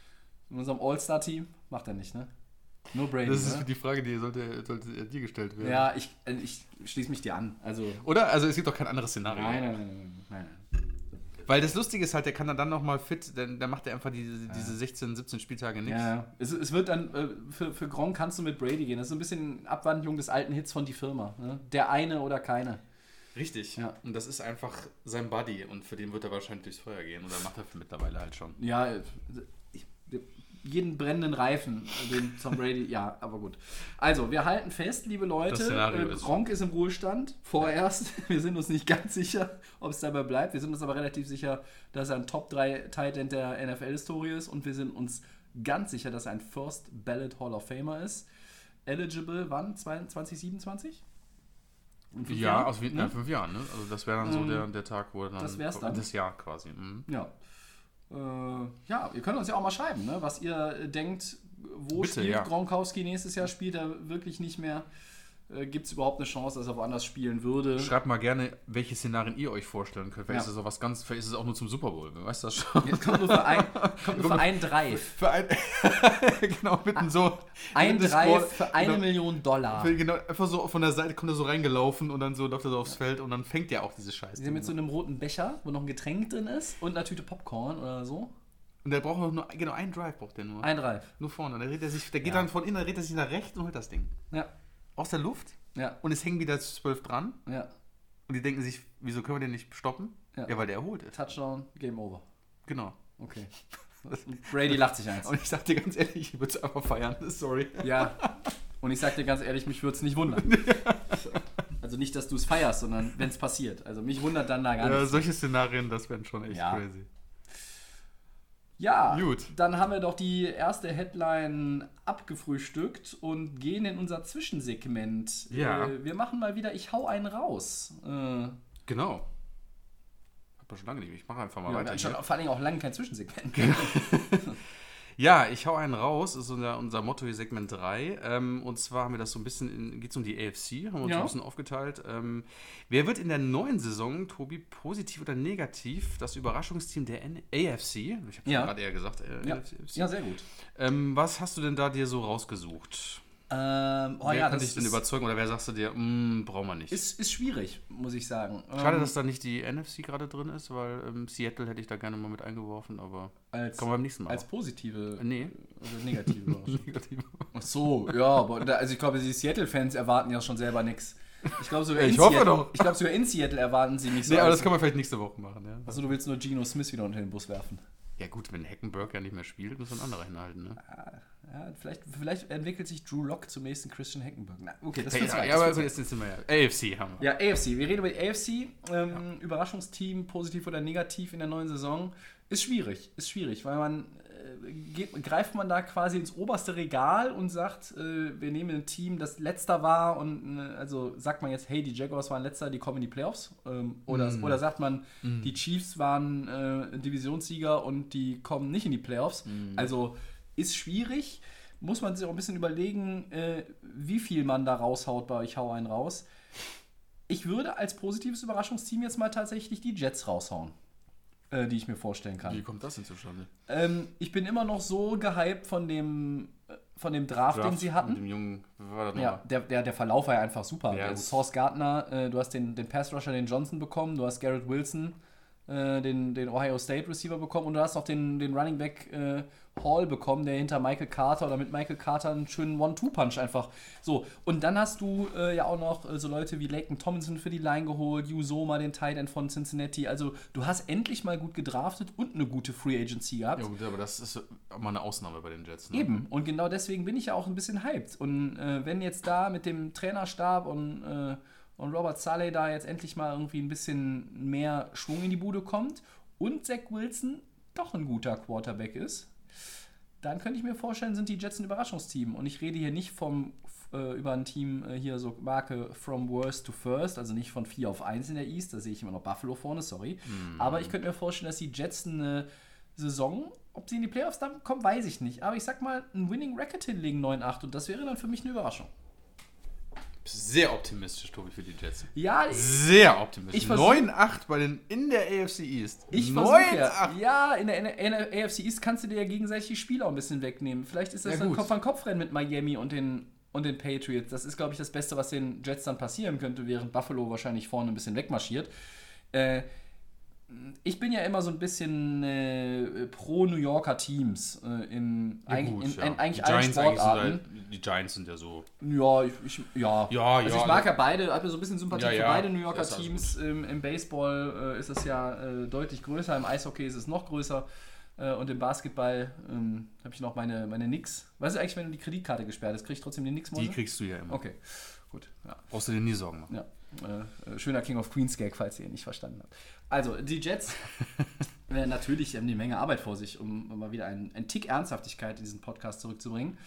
In unserem All-Star-Team macht er nicht, ne? Nur Brady. Das ist ne? die Frage, die sollte, sollte dir gestellt werden. Ja, ich, ich schließe mich dir an. Also, Oder? Also es gibt doch kein anderes Szenario. nein, nein, nein, nein, nein. Weil das Lustige ist halt, der kann dann nochmal fit, dann, dann macht er einfach diese, diese sechzehn, siebzehn Spieltage nichts. Ja, es, es wird dann, äh, für, für Gronk kannst du mit Brady gehen. Das ist so ein bisschen Abwandlung des alten Hits von Die Firma. Ne? Der eine oder keine. Richtig. Ja. Und das ist einfach sein Buddy und für den wird er wahrscheinlich durchs Feuer gehen. Oder macht er mittlerweile halt schon. Ja, ich, jeden brennenden Reifen, den Tom Brady, ja, aber gut. Also, wir halten fest, liebe Leute, Szenario äh, ist- Gronk ist im Ruhestand, vorerst. Wir sind uns nicht ganz sicher, ob es dabei bleibt. Wir sind uns aber relativ sicher, dass er ein Top drei Tight End der N F L-Historie ist und wir sind uns ganz sicher, dass er ein First Ballot Hall of Famer ist. Eligible wann? zwanzig siebenundzwanzig? In fünf Ja, Jahren? aus wie, Ne? ja, fünf Jahren, ne? Also das wäre dann so Ähm, der, der Tag, wo er dann... das wär's dann. Das Jahr quasi. Mhm. Ja. Äh, ja, ihr könnt uns ja auch mal schreiben, ne? Was ihr äh, denkt, wo Bitte, spielt ja. Gronkowski nächstes Jahr? Spielt er wirklich nicht mehr? Äh, Gibt es überhaupt eine Chance, dass er woanders spielen würde? Schreibt mal gerne, welche Szenarien ihr euch vorstellen könnt. Vielleicht Ja. ist es auch was ganz, vielleicht ist es auch nur zum Super Bowl, wer weiß das schon. Jetzt kommt nur für, ein, kommt nur für einen Drive. Für ein, genau, mitten so. Ein mitten des Drive Ball- für eine genau, Million Dollar. für- Genau, einfach so von der Seite kommt er so reingelaufen und dann so läuft er so aufs Feld und dann fängt er auch diese Scheiße. Sie mit so einem roten Becher, wo noch ein Getränk drin ist und einer Tüte Popcorn oder so. Und der braucht auch nur, genau, einen Drive braucht der nur. Ein Drive. Nur vorne. Dann dreht er sich, der geht Ja. dann von innen, dann dreht er sich nach rechts und holt das Ding. Ja, Aus der Luft ja, und es hängen wieder zwölf dran. ja. Und die denken sich, wieso können wir den nicht stoppen? Ja. Ja, weil der erholt ist. Touchdown, Game Over. Genau. Okay. Brady lacht sich eins. Und ich sag dir ganz ehrlich, ich würde es einfach feiern. Sorry. Ja. Und ich sag dir ganz ehrlich, mich würde es nicht wundern. Also nicht, dass du es feierst, sondern wenn es passiert. Also mich wundert dann da gar Ja, nichts. solche Szenarien, das wären schon echt Ja. crazy. Ja, Gut. dann haben wir doch die erste Headline abgefrühstückt und gehen in unser Zwischensegment. Ja. Äh, wir machen mal wieder Ich hau einen raus. Äh, Genau. Hab man schon lange nicht. Ich mache einfach mal ja, wir weiter. hatten schon hier. vor allem auch lange kein Zwischensegment. Ja, ich hau einen raus, ist unser, unser Motto hier Segment drei. Ähm, und zwar haben wir das so ein bisschen, geht es um die A F C, haben wir uns Ja. ein bisschen aufgeteilt. Ähm, wer wird in der neuen Saison, Tobi, positiv oder negativ das Überraschungsteam der N A F C, ich habe Ja. gerade eher gesagt, äh, Ja. N F C. Ja, sehr gut. Ähm, was hast du denn da dir so rausgesucht? Ähm, oh wer ja, kann das dich denn ist, überzeugen oder wer sagst du dir, mm, brauchen wir nicht? ist, ist schwierig, muss ich sagen. Schade, Ähm, dass da nicht die N F C gerade drin ist, weil ähm, Seattle hätte ich da gerne mal mit eingeworfen, aber als, kommen wir beim nächsten Mal. als auf. positive Nee. oder negative Überraschung. Negativ. Ach so, ja, aber da, also ich glaube, die Seattle-Fans erwarten ja schon selber nichts. Ich glaube sogar, Ich in hoffe Seattle- doch. Ich glaube sogar in Seattle erwarten sie nicht so. Nee, aber als- das kann man vielleicht nächste Woche machen, ja. Also du willst nur Geno Smith wieder unter den Bus werfen. Ja gut, wenn Hackenberg ja nicht mehr spielt, muss ein anderer hinhalten, ne? Ja, vielleicht, vielleicht entwickelt sich Drew Lock zum nächsten Christian Hackenberg. Na, okay, das Hey, wird's ja, weit, ja, das aber wird's also jetzt sind wir ja. A F C haben wir. Ja, A F C. Wir reden über die A F C. Ähm, Überraschungsteam, positiv oder negativ in der neuen Saison. Ist schwierig. Ist schwierig, weil man äh, geht, greift man da quasi ins oberste Regal und sagt, äh, wir nehmen ein Team, das letzter war und äh, also sagt man jetzt, hey, die Jaguars waren letzter, die kommen in die Playoffs. Ähm, oder, Mm. oder sagt man, Mm. die Chiefs waren äh, Divisionssieger und die kommen nicht in die Playoffs. Mm. Also ist schwierig. Muss man sich auch ein bisschen überlegen, äh, wie viel man da raushaut bei Ich hau einen raus. Ich würde als positives Überraschungsteam jetzt mal tatsächlich die Jets raushauen, äh, die ich mir vorstellen kann. Wie kommt das denn zustande? Ähm, ich bin immer noch so gehypt von dem, äh, von dem Draft, den sie Mit hatten. dem Jungen, wer war das Ja, nochmal? der, der, der Verlauf war ja einfach super. Ja, Ja, gut. Sauce Gardner, äh, du hast den, den Pass-Rusher, den Johnson bekommen, du hast Garrett Wilson, äh, den, den Ohio State Receiver bekommen und du hast auch den, den Running Back äh, Hall bekommen, der hinter Michael Carter oder mit Michael Carter einen schönen One-Two-Punch einfach. So, und dann hast du äh, ja auch noch äh, so Leute wie Laken Tomlinson für die Line geholt, Uzoma, den Tight End von Cincinnati. Also du hast endlich mal gut gedraftet und eine gute Free Agency gehabt. Ja gut, aber das ist mal eine Ausnahme bei den Jets. Ne? Eben, und genau deswegen bin ich ja auch ein bisschen hyped. Und äh, wenn jetzt da mit dem Trainerstab und, äh, und Robert Saleh da jetzt endlich mal irgendwie ein bisschen mehr Schwung in die Bude kommt und Zach Wilson doch ein guter Quarterback ist, dann könnte ich mir vorstellen, sind die Jets ein Überraschungsteam. Und ich rede hier nicht vom, äh, über ein Team äh, hier so Marke from worst to first, also nicht von vier auf eins in der East, da sehe ich immer noch Buffalo vorne, sorry. Mm. Aber ich könnte mir vorstellen, dass die Jets eine Saison, ob sie in die Playoffs dann kommen, weiß ich nicht. Aber ich sag mal, ein Winning Record hinlegen, neun acht, und das wäre dann für mich eine Überraschung. Sehr optimistisch, Tobi, für die Jets. Ja, sehr optimistisch. neun acht bei den in der A F C East. Ich versuche ja. Ja, in der, in der A F C East kannst du dir ja gegenseitig die Spiele auch ein bisschen wegnehmen. Vielleicht ist das ja, ein Kopf-an-Kopf-Rennen mit Miami und den, und den Patriots. Das ist, glaube ich, das Beste, was den Jets dann passieren könnte, während Buffalo wahrscheinlich vorne ein bisschen wegmarschiert. Äh, Ich bin ja immer so ein bisschen äh, pro New Yorker Teams äh, in, ja, eig gut, in, ja. in eigentlich die allen Giants Sportarten. Eigentlich sind halt, die Giants sind ja so... Ja, ich, ich, ja. ja, also ja, ich mag ja beide, habe ja so ein bisschen Sympathie ja, für ja. beide New Yorker Ja, Teams. Im, Im Baseball äh, ist es ja äh, deutlich größer, im Eishockey ist es noch größer. Äh, und im Basketball ähm, habe ich noch meine, meine Knicks. Was ist eigentlich, wenn du die Kreditkarte gesperrt hast? Krieg ich trotzdem die Knicks? Die kriegst du ja immer. Okay, gut. Ja. Brauchst du dir nie Sorgen machen. Ja. Äh, schöner King of Queens Gag, falls ihr ihn nicht verstanden habt. Also, die Jets äh, natürlich haben die Menge Arbeit vor sich, um, um mal wieder einen, einen Tick Ernsthaftigkeit in diesen Podcast zurückzubringen.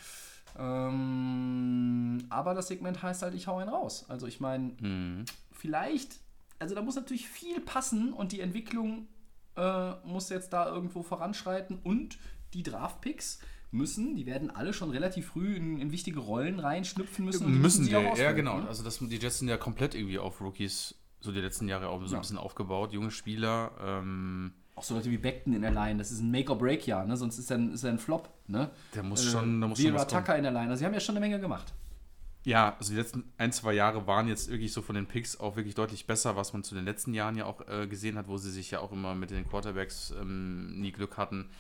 Ähm, aber das Segment heißt halt, ich hau einen raus. Also ich meine, mhm. vielleicht, also da muss natürlich viel passen und die Entwicklung äh, muss jetzt da irgendwo voranschreiten und die Draft-Picks müssen, die werden alle schon relativ früh in, in wichtige Rollen reinschnüpfen müssen. Und müssen, müssen sie die, auch ja genau. Also das, die Jets sind ja komplett irgendwie auf Rookies so die letzten Jahre auch so ja. ein bisschen aufgebaut. Junge Spieler. Ähm, auch so Leute wie Beckton in der Line, das ist ein Make-or-Break-Jahr, ne? Sonst ist er ein, ist er ein Flop. Ne? Der muss äh, schon, da muss schon was kommen. Tucker in der Line, also sie haben ja schon eine Menge gemacht. Ja, also die letzten ein, zwei Jahre waren jetzt wirklich so von den Picks auch wirklich deutlich besser, was man zu den letzten Jahren ja auch äh, gesehen hat, wo sie sich ja auch immer mit den Quarterbacks ähm, nie Glück hatten.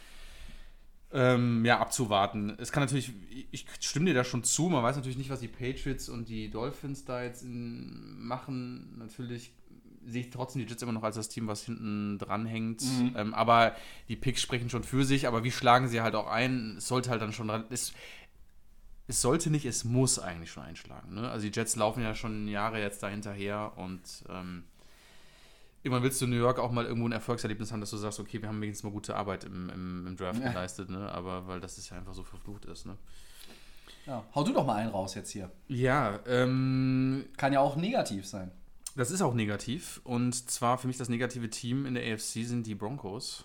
Ähm, ja, abzuwarten. Es kann natürlich, ich stimme dir da schon zu, man weiß natürlich nicht, was die Patriots und die Dolphins da jetzt in, machen. Natürlich sehe ich trotzdem die Jets immer noch als das Team, was hinten dran hängt. Mhm. Ähm, aber die Picks sprechen schon für sich, aber wie schlagen sie halt auch ein? Es sollte halt dann schon, es, es sollte nicht, es muss eigentlich schon einschlagen. Ne? Also die Jets laufen ja schon Jahre jetzt da hinterher und ähm, irgendwann willst du in New York auch mal irgendwo ein Erfolgserlebnis haben, dass du sagst, okay, wir haben wenigstens mal gute Arbeit im, im, im Draft ja. geleistet, ne? Aber weil das ist ja einfach so verflucht ist. Ne? Ja. Hau du doch mal einen raus jetzt hier. Ja, ähm... kann ja auch negativ sein. Das ist auch negativ. Und zwar für mich das negative Team in der A F C sind die Broncos.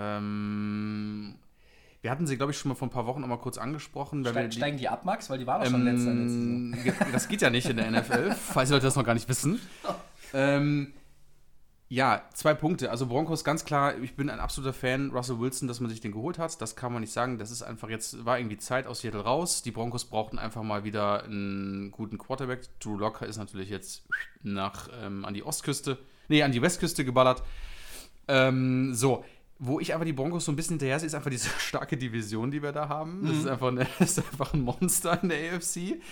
Ähm... Wir hatten sie, glaube ich, schon mal vor ein paar Wochen noch mal kurz angesprochen. Weil Ste- steigen die ab, Max? Weil die waren doch schon ähm, letzter letzte Saison. Das geht ja nicht in der N F L, falls die Leute das noch gar nicht wissen. ähm... Ja, zwei Punkte. Also Broncos, ganz klar, ich bin ein absoluter Fan, Russell Wilson, dass man sich den geholt hat. Das kann man nicht sagen. Das ist einfach jetzt, war irgendwie Zeit aus Seattle raus. Die Broncos brauchten einfach mal wieder einen guten Quarterback. Drew Lock ist natürlich jetzt nach ähm, an die Ostküste, nee, an die Westküste geballert. Ähm, so, wo ich einfach die Broncos so ein bisschen hinterher sehe, ist einfach diese starke Division, die wir da haben. Das, mhm. ist, einfach eine, das ist einfach ein Monster in der A F C.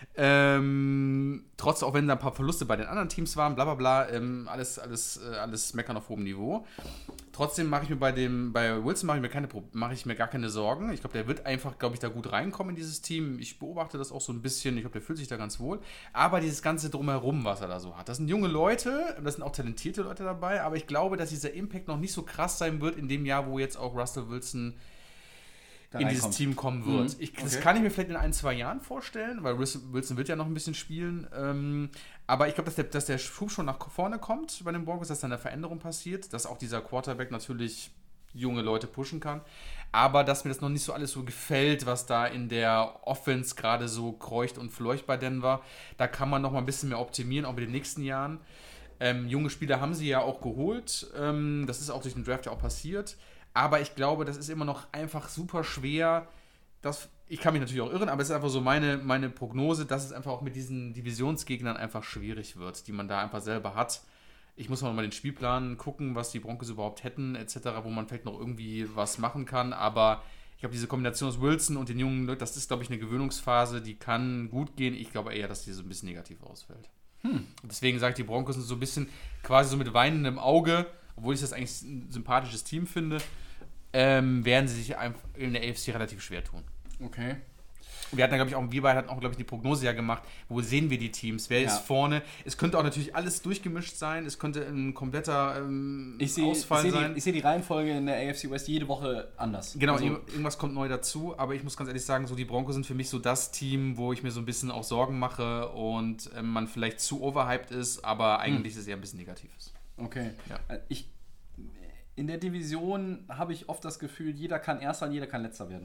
Ähm, trotz, auch wenn da ein paar Verluste bei den anderen Teams waren, bla bla bla, ähm, alles, alles, äh, alles meckern auf hohem Niveau. Trotzdem mache ich mir bei dem, bei Wilson mache ich mir keine, mache ich mir gar keine Sorgen. Ich glaube, der wird einfach, glaube ich, da gut reinkommen in dieses Team. Ich beobachte das auch so ein bisschen. Ich glaube, der fühlt sich da ganz wohl. Aber dieses ganze Drumherum, was er da so hat, das sind junge Leute, das sind auch talentierte Leute dabei, aber ich glaube, dass dieser Impact noch nicht so krass sein wird in dem Jahr, wo jetzt auch Russell Wilson in dieses kommt. Team kommen wird. Mhm. Ich, das okay. kann ich mir vielleicht in ein, zwei Jahren vorstellen, weil Wilson wird ja noch ein bisschen spielen. Ähm, aber ich glaube, dass der, dass der Schub schon nach vorne kommt bei den Broncos, dass dann eine Veränderung passiert, dass auch dieser Quarterback natürlich junge Leute pushen kann. Aber dass mir das noch nicht so alles so gefällt, was da in der Offense gerade so kreucht und fleucht bei Denver. Da kann man noch mal ein bisschen mehr optimieren, auch in den nächsten Jahren. Ähm, junge Spieler haben sie ja auch geholt. Ähm, das ist auch durch den Draft ja auch passiert. Aber ich glaube, das ist immer noch einfach super schwer. Das, ich kann mich natürlich auch irren, aber es ist einfach so meine, meine Prognose, dass es einfach auch mit diesen Divisionsgegnern einfach schwierig wird, die man da einfach selber hat. Ich muss mal den Spielplan gucken, was die Broncos überhaupt hätten, et cetera, wo man vielleicht noch irgendwie was machen kann. Aber ich glaube, diese Kombination aus Wilson und den jungen Leuten, das ist, glaube ich, eine Gewöhnungsphase, die kann gut gehen. Ich glaube eher, dass die so ein bisschen negativ ausfällt. Hm. Deswegen sage ich, die Broncos sind so ein bisschen quasi so mit weinendem Auge, obwohl ich das eigentlich ein sympathisches Team finde, ähm, werden sie sich einfach in der A F C relativ schwer tun. Okay. Wir hatten, glaube ich, auch, wir beide hatten auch, glaube ich, die Prognose ja gemacht, wo sehen wir die Teams, wer ja. ist vorne. Es könnte auch natürlich alles durchgemischt sein, es könnte ein kompletter ähm, ich seh, Ausfall ich seh sein. Die, ich sehe die Reihenfolge in der A F C West jede Woche anders. Genau, also, irgendwas kommt neu dazu, aber ich muss ganz ehrlich sagen, so die Broncos sind für mich so das Team, wo ich mir so ein bisschen auch Sorgen mache und ähm, man vielleicht zu overhyped ist, aber eigentlich hm. ist es eher ein bisschen negativ ist. Okay. Ja. Ich In der Division habe ich oft das Gefühl, jeder kann Erster und jeder kann Letzter werden.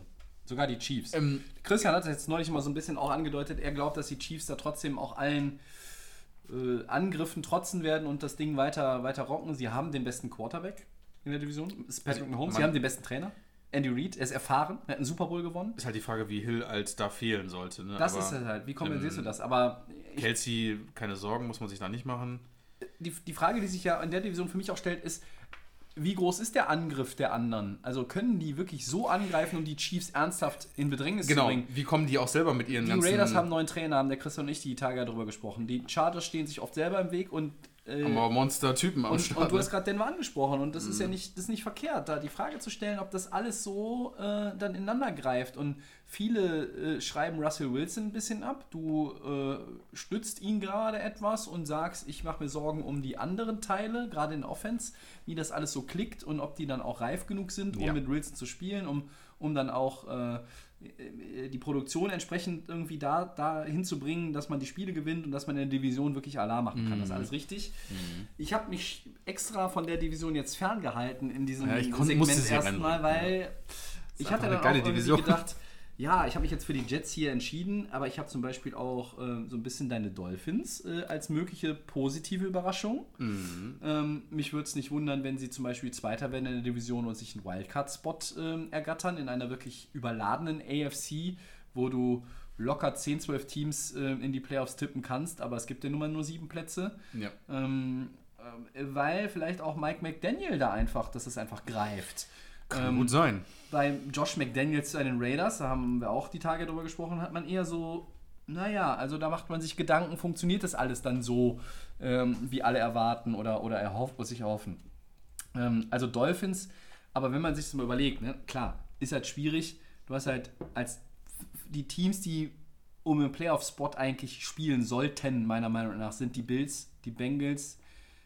Sogar die Chiefs. Ähm, Christian hat es jetzt neulich mal so ein bisschen auch angedeutet, er glaubt, dass die Chiefs da trotzdem auch allen äh, Angriffen trotzen werden und das Ding weiter, weiter rocken. Sie haben den besten Quarterback in der Division, das ist Patrick Mahomes. Sie haben den besten Trainer, Andy Reid. Er ist erfahren, er hat einen Super Bowl gewonnen. Ist halt die Frage, wie Hill als da fehlen sollte. Ne? Das Aber, ist es halt. Wie kompensierst ähm, du das? Aber ich, Kelsey, keine Sorgen, muss man sich da nicht machen. die, die Frage, die sich ja in der Division für mich auch stellt, ist, wie groß ist der Angriff der anderen? Also können die wirklich so angreifen, um die Chiefs ernsthaft in Bedrängnis Genau, zu bringen? wie kommen die auch selber mit ihren Die ganzen... Raiders haben einen neuen Trainer, haben der Christian und ich die Tage darüber gesprochen. Die Chargers stehen sich oft selber im Weg und äh, haben aber Monster-Typen am und, Start. und du ne? hast gerade Denver angesprochen und das ist ja nicht, das ist nicht verkehrt, da die Frage zu stellen, ob das alles so äh, dann ineinander greift. Und viele äh, schreiben Russell Wilson ein bisschen ab. Du äh, stützt ihn gerade etwas und sagst, ich mache mir Sorgen um die anderen Teile, gerade in der Offense, wie das alles so klickt und ob die dann auch reif genug sind, um Ja. mit Wilson zu spielen, um, um dann auch äh, die Produktion entsprechend irgendwie da, da hinzubringen, dass man die Spiele gewinnt und dass man in der Division wirklich Alarm machen kann. Das ist alles richtig. Mhm. Ich habe mich extra von der Division jetzt ferngehalten in diesem Ja, ich konnte- musste Segment sie erstmal, rennen. weil ich einfach hatte eine dann auch geile irgendwie Division. gedacht, ja, ich habe mich jetzt für die Jets hier entschieden, aber ich habe zum Beispiel auch äh, so ein bisschen deine Dolphins äh, als mögliche positive Überraschung. Mhm. Ähm, mich würde es nicht wundern, wenn sie zum Beispiel Zweiter werden in der Division und sich einen Wildcard-Spot ähm, ergattern in einer wirklich überladenen A F C, wo du locker zehn, zwölf Teams äh, in die Playoffs tippen kannst, aber es gibt ja nun mal nur sieben Plätze. Ja. Ähm, äh, weil vielleicht auch Mike McDaniel da einfach, dass es einfach greift. Kann Ähm, gut sein. Bei Josh McDaniels zu den Raiders, da haben wir auch die Tage drüber gesprochen, hat man eher so, naja, also da macht man sich Gedanken, funktioniert das alles dann so, ähm, wie alle erwarten oder, oder erhofft oder sich erhoffen. Ähm, also Dolphins, aber wenn man sich das mal überlegt, ne, klar, ist halt schwierig, du hast halt als die Teams, die um den Playoff-Spot eigentlich spielen sollten, meiner Meinung nach, sind die Bills, die Bengals,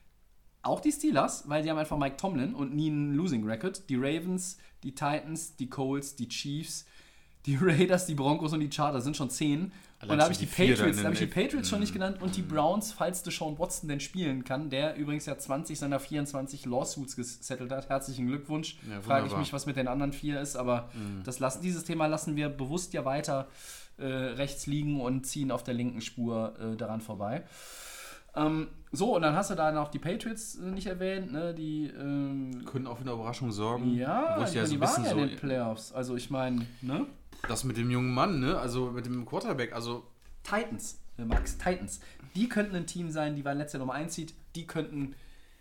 auch die Steelers, weil sie haben einfach Mike Tomlin und nie einen Losing Record. Die Ravens, die Titans, die Colts, die Chiefs, die Raiders, die Broncos und die Chargers sind schon zehn. Allein Und da habe schon ich die die vier Patriots, dann da habe ich die in Patriots schon nicht Mm. genannt und die Browns, falls Deshaun Watson denn spielen kann, der übrigens ja zwanzig seiner vierundzwanzig Lawsuits gesettelt hat. Herzlichen Glückwunsch. Ja, Frage ich wunderbar. mich, was mit den anderen vier ist, aber das lassen, dieses Thema lassen wir bewusst ja weiter äh, rechts liegen und ziehen auf der linken Spur äh, daran vorbei. Ähm, so, und dann hast du da noch die Patriots äh, nicht erwähnt, ne? Die ähm, Können auch für eine Überraschung sorgen. ja, Wo es ich ja meine, so die ein waren bisschen ja so in den Playoffs. Also ich meine, ne? das mit dem jungen Mann, ne? Also mit dem Quarterback, also Titans, äh, Max, Titans. Die könnten ein Team sein, die waren letztes Jahr Nummer eins Seed. Die könnten.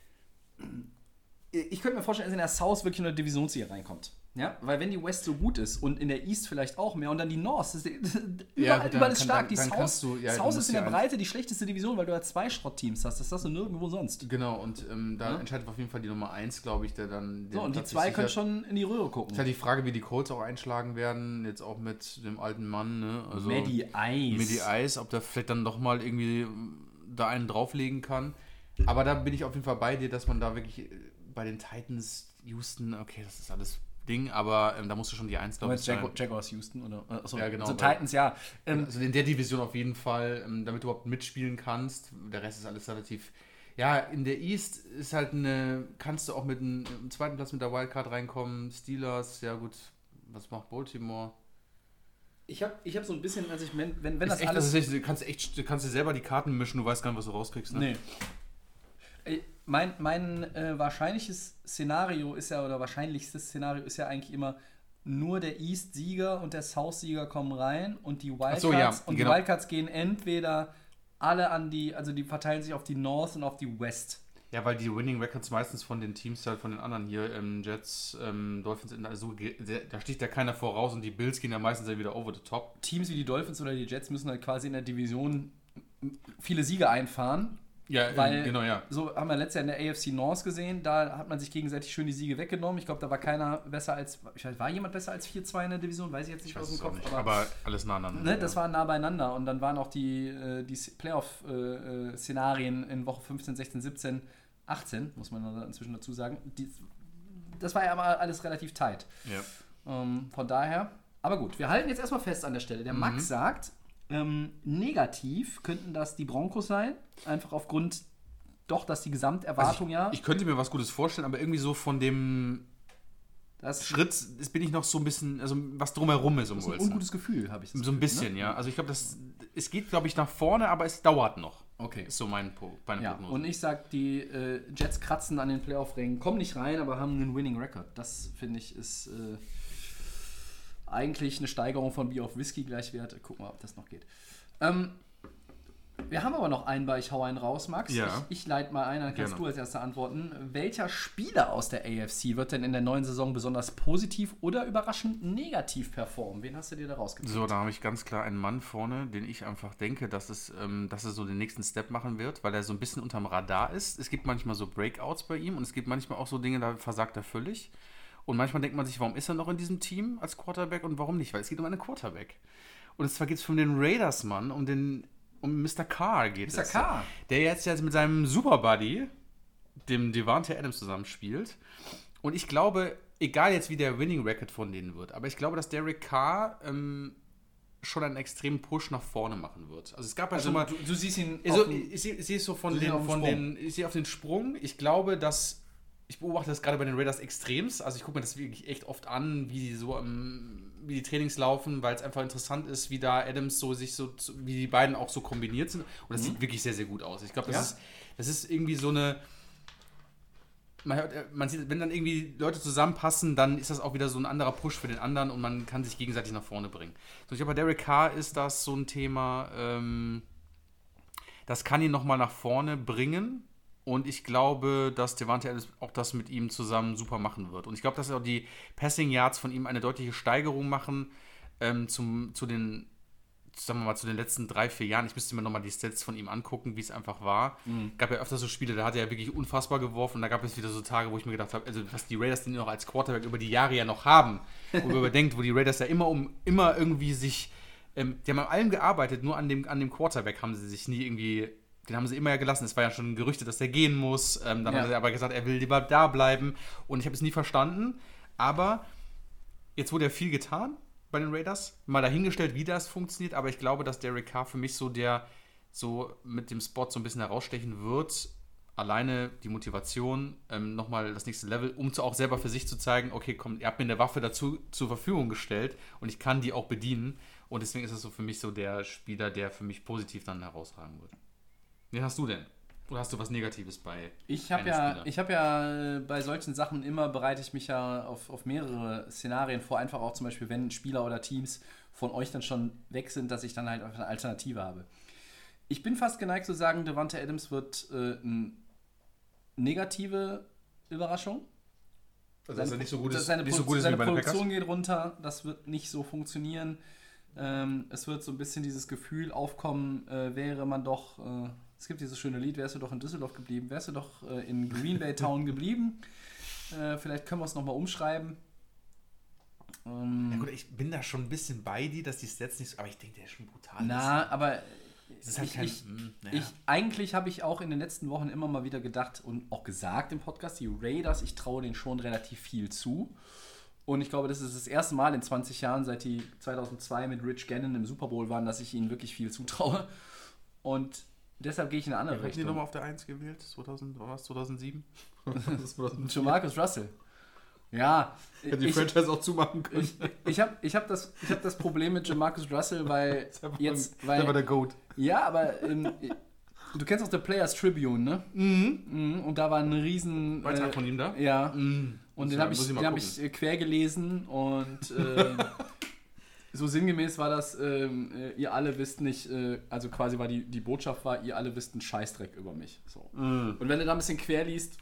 Ich könnte mir vorstellen, dass in der South wirklich nur eine Divisionssieger reinkommt. Ja, weil wenn die West so gut ist und in der East vielleicht auch mehr und dann die North, das ist, Ja, überall, gut, dann überall ist kann- stark. dann- Die dann South, kannst du- ja, du South musst ist in der ja Breite die schlechteste Division, weil du ja zwei Schrottteams hast. Das hast du nirgendwo sonst. genau, und ähm, da Ja. entscheidet auf jeden Fall die Nummer eins, glaube ich, der dann... So, den und die Platz zwei sich können sichert. schon in die Röhre gucken. Ist halt die Frage, wie die Colts auch einschlagen werden, jetzt auch mit dem alten Mann, ne? Also Maddie Ice. Midi Ice, ob der vielleicht dann doch mal irgendwie da einen drauflegen kann. Aber da bin ich auf jeden Fall bei dir, dass man da wirklich äh, bei den Titans, Houston, okay, das ist alles Ding, aber ähm, da musst du schon die Eins, glaube ich, sein. Jaguar, Jaguars Houston oder achso, Ja, genau, also weil- Titans, ja. Ähm, Also in der Division auf jeden Fall, ähm, damit du überhaupt mitspielen kannst. Der Rest ist alles relativ... Ja, in der East ist halt eine... Kannst du auch mit einem im zweiten Platz mit der Wildcard reinkommen. Steelers, ja gut, was macht Baltimore? ich habe ich hab so ein bisschen, als ich, wenn, wenn Ist das echt, alles... das ist echt, du kannst echt, du kannst dir selber die Karten mischen, du weißt gar nicht, was du rauskriegst. Ne? Nee. Ey, Mein, mein äh, wahrscheinliches Szenario ist ja, oder wahrscheinlichstes Szenario ist ja eigentlich immer, nur der East-Sieger und der South-Sieger kommen rein und die Wildcards, so, ja, und genau. die Wildcards gehen entweder alle an die, also die verteilen sich auf die North und auf die West. Ja, weil die Winning Records meistens von den Teams halt von den anderen hier, ähm, Jets, ähm, Dolphins, also da sticht ja keiner voraus und die Bills gehen ja meistens dann wieder over the top. Teams wie die Dolphins oder die Jets müssen halt quasi in der Division viele Siege einfahren. Ja, Weil, genau, ja. so haben wir letztes Jahr in der A F C North gesehen, da hat man sich gegenseitig schön die Siege weggenommen. Ich glaube, da war keiner besser als, ich weiß, war jemand besser als vier zwei in der Division? Weiß ich jetzt nicht Ich aus weiß dem es auch Kopf. nicht, Aber, aber alles nah aneinander. ne, ja. das war nah beieinander und dann waren auch die, äh, die Playoff-Szenarien in Woche fünfzehn, sechzehn, siebzehn, achtzehn, muss man da inzwischen dazu sagen. Die, das war ja aber alles relativ tight. Ja. Ähm, von daher, aber gut, wir halten jetzt erstmal fest an der Stelle. Der Max Mhm. sagt, ähm, negativ könnten das die Broncos sein, einfach aufgrund doch, dass die Gesamterwartung Also ich, ja... ich könnte mir was Gutes vorstellen, aber irgendwie so von dem das Schritt das bin ich noch so ein bisschen, also was drumherum ist. Um das ist ein ungutes Gefühl, habe ich das So ein bisschen, ne? Ja. Also ich glaube, es geht, glaube ich, nach vorne, aber es dauert noch. Okay. Ist so mein meine ja, Prognose. Und ich sag, die äh, Jets kratzen an den Playoff-Rängen, kommen nicht rein, aber haben einen Winning Record. Das, finde ich, ist äh, eigentlich eine Steigerung von Bier auf Whisky gleichwert. Gucken wir, ob das noch geht. Ähm, wir haben aber noch einen bei Ich hau einen raus, Max. Ja. Ich, ich leite mal ein, dann kannst Gerne. du als erster antworten. Welcher Spieler aus der A F C wird denn in der neuen Saison besonders positiv oder überraschend negativ performen? Wen hast du dir da rausgepickt? So, da habe ich ganz klar einen Mann vorne, den ich einfach denke, dass, es, ähm, dass er so den nächsten Step machen wird, weil er so ein bisschen unterm Radar ist. Es gibt manchmal so Breakouts bei ihm und es gibt manchmal auch so Dinge, da versagt er völlig. Und manchmal denkt man sich, warum ist er noch in diesem Team als Quarterback und warum nicht? Weil es geht um einen Quarterback. Und zwar geht es um den Raiders, Mann, um den um Mister Carr geht Mister es. Carr? Der jetzt, jetzt mit seinem Superbuddy, dem Devante Adams, zusammenspielt. Und ich glaube, egal jetzt wie der Winning Record von denen wird, aber ich glaube, dass Derek Carr ähm, schon einen extremen Push nach vorne machen wird. Also es gab ja Also schon mal... du, du siehst ihn Also, auf den, ich sehe seh so von du siehst ihn den, auf dem von Sprung. den, ich sehe auf den Sprung. Ich glaube, dass ich beobachte das gerade bei den Raiders extremst. Also ich gucke mir das wirklich echt oft an, wie die so ähm, wie die Trainings laufen, weil es einfach interessant ist, wie da Adams so sich so, wie die beiden auch so kombiniert sind. Und das mhm. sieht wirklich sehr, sehr gut aus. Ich glaube, das, ja? ist, das ist irgendwie so eine. Man hört, man sieht, wenn dann irgendwie Leute zusammenpassen, dann ist das auch wieder so ein anderer Push für den anderen und man kann sich gegenseitig nach vorne bringen. So, ich glaube, bei Derek Carr ist das so ein Thema, ähm, das kann ihn nochmal nach vorne bringen. Und ich glaube, dass Devante Adams auch das mit ihm zusammen super machen wird. Und ich glaube, dass auch die Passing Yards von ihm eine deutliche Steigerung machen ähm, zum, zu den, sagen wir mal, zu den letzten drei, vier Jahren. Ich müsste mir nochmal die Stats von ihm angucken, wie es einfach war. Mhm. Es gab ja öfter so Spiele, da hat er ja wirklich unfassbar geworfen. Und da gab es wieder so Tage, wo ich mir gedacht habe, also was die Raiders den noch als Quarterback über die Jahre ja noch haben, wo man überdenkt, wo die Raiders ja immer um immer irgendwie sich, ähm, die haben an allem gearbeitet, nur an dem, an dem Quarterback haben sie sich nie irgendwie... Den haben sie immer ja gelassen. Es war ja schon Gerüchte, dass der gehen muss. Ähm, dann ja. hat er aber gesagt, er will lieber da bleiben. Und ich habe es nie verstanden. Aber jetzt wurde ja viel getan bei den Raiders. Mal dahingestellt, wie das funktioniert. Aber ich glaube, dass Derek Carr für mich so der so mit dem Spot so ein bisschen herausstechen wird. Alleine die Motivation, ähm, nochmal das nächste Level, um zu, auch selber für sich zu zeigen, okay, komm, ihr habt mir eine Waffe dazu zur Verfügung gestellt und ich kann die auch bedienen. Und deswegen ist es so für mich so der Spieler, der für mich positiv dann herausragen wird. Wen hast du denn? Oder hast du was Negatives bei Ich habe ja, ich hab ja bei solchen Sachen immer bereite ich mich ja auf, auf mehrere Szenarien vor. Einfach auch zum Beispiel, wenn Spieler oder Teams von euch dann schon weg sind, dass ich dann halt eine Alternative habe. Ich bin fast geneigt zu sagen, Devante Adams wird äh, eine negative Überraschung. Also dass er nicht so gut ist, seine, nicht so gut ist seine wie bei den Produktion geht runter, das wird nicht so funktionieren. Ähm, es wird so ein bisschen dieses Gefühl aufkommen, äh, wäre man doch... Äh, Es gibt dieses schöne Lied, wärst du doch in Düsseldorf geblieben, wärst du doch äh, in Green Bay Town geblieben. Äh, vielleicht können wir es nochmal umschreiben. Ähm, ja gut, ich bin da schon ein bisschen bei dir, dass die Stats nicht so, aber ich denke, der ist schon brutal. Na, ist. aber das ist halt ich, kein, ich, mh, ja. ich, eigentlich habe ich auch in den letzten Wochen immer mal wieder gedacht und auch gesagt im Podcast, die Raiders, ich traue denen schon relativ viel zu. Und ich glaube, das ist das erste Mal in zwanzig Jahren, seit die zweitausendzwei mit Rich Gannon im Super Bowl waren, dass ich ihnen wirklich viel zutraue. Und deshalb gehe ich in eine andere ja, Richtung. Haben die nochmal auf der eins gewählt? zweitausend, war das zweitausendsieben? Jamarcus Russell. Ja. Hätte die ich, Franchise auch zumachen können. Ich, ich habe ich hab das, ich hab das Problem mit Jamarcus Russell, weil jetzt... Weil, der war der Goat. Ja, aber ähm, du kennst auch The Players Tribune, ne? Mhm. mhm. Und da war ein riesen... Beitrag äh, von ihm da? Ja. Mhm. Und den habe ich, hab ich äh, quer gelesen und... Äh, so sinngemäß war das, ähm, ihr alle wisst nicht, äh, also quasi war die, die Botschaft war, ihr alle wisst einen Scheißdreck über mich. So. Mm. Und wenn du da ein bisschen quer liest,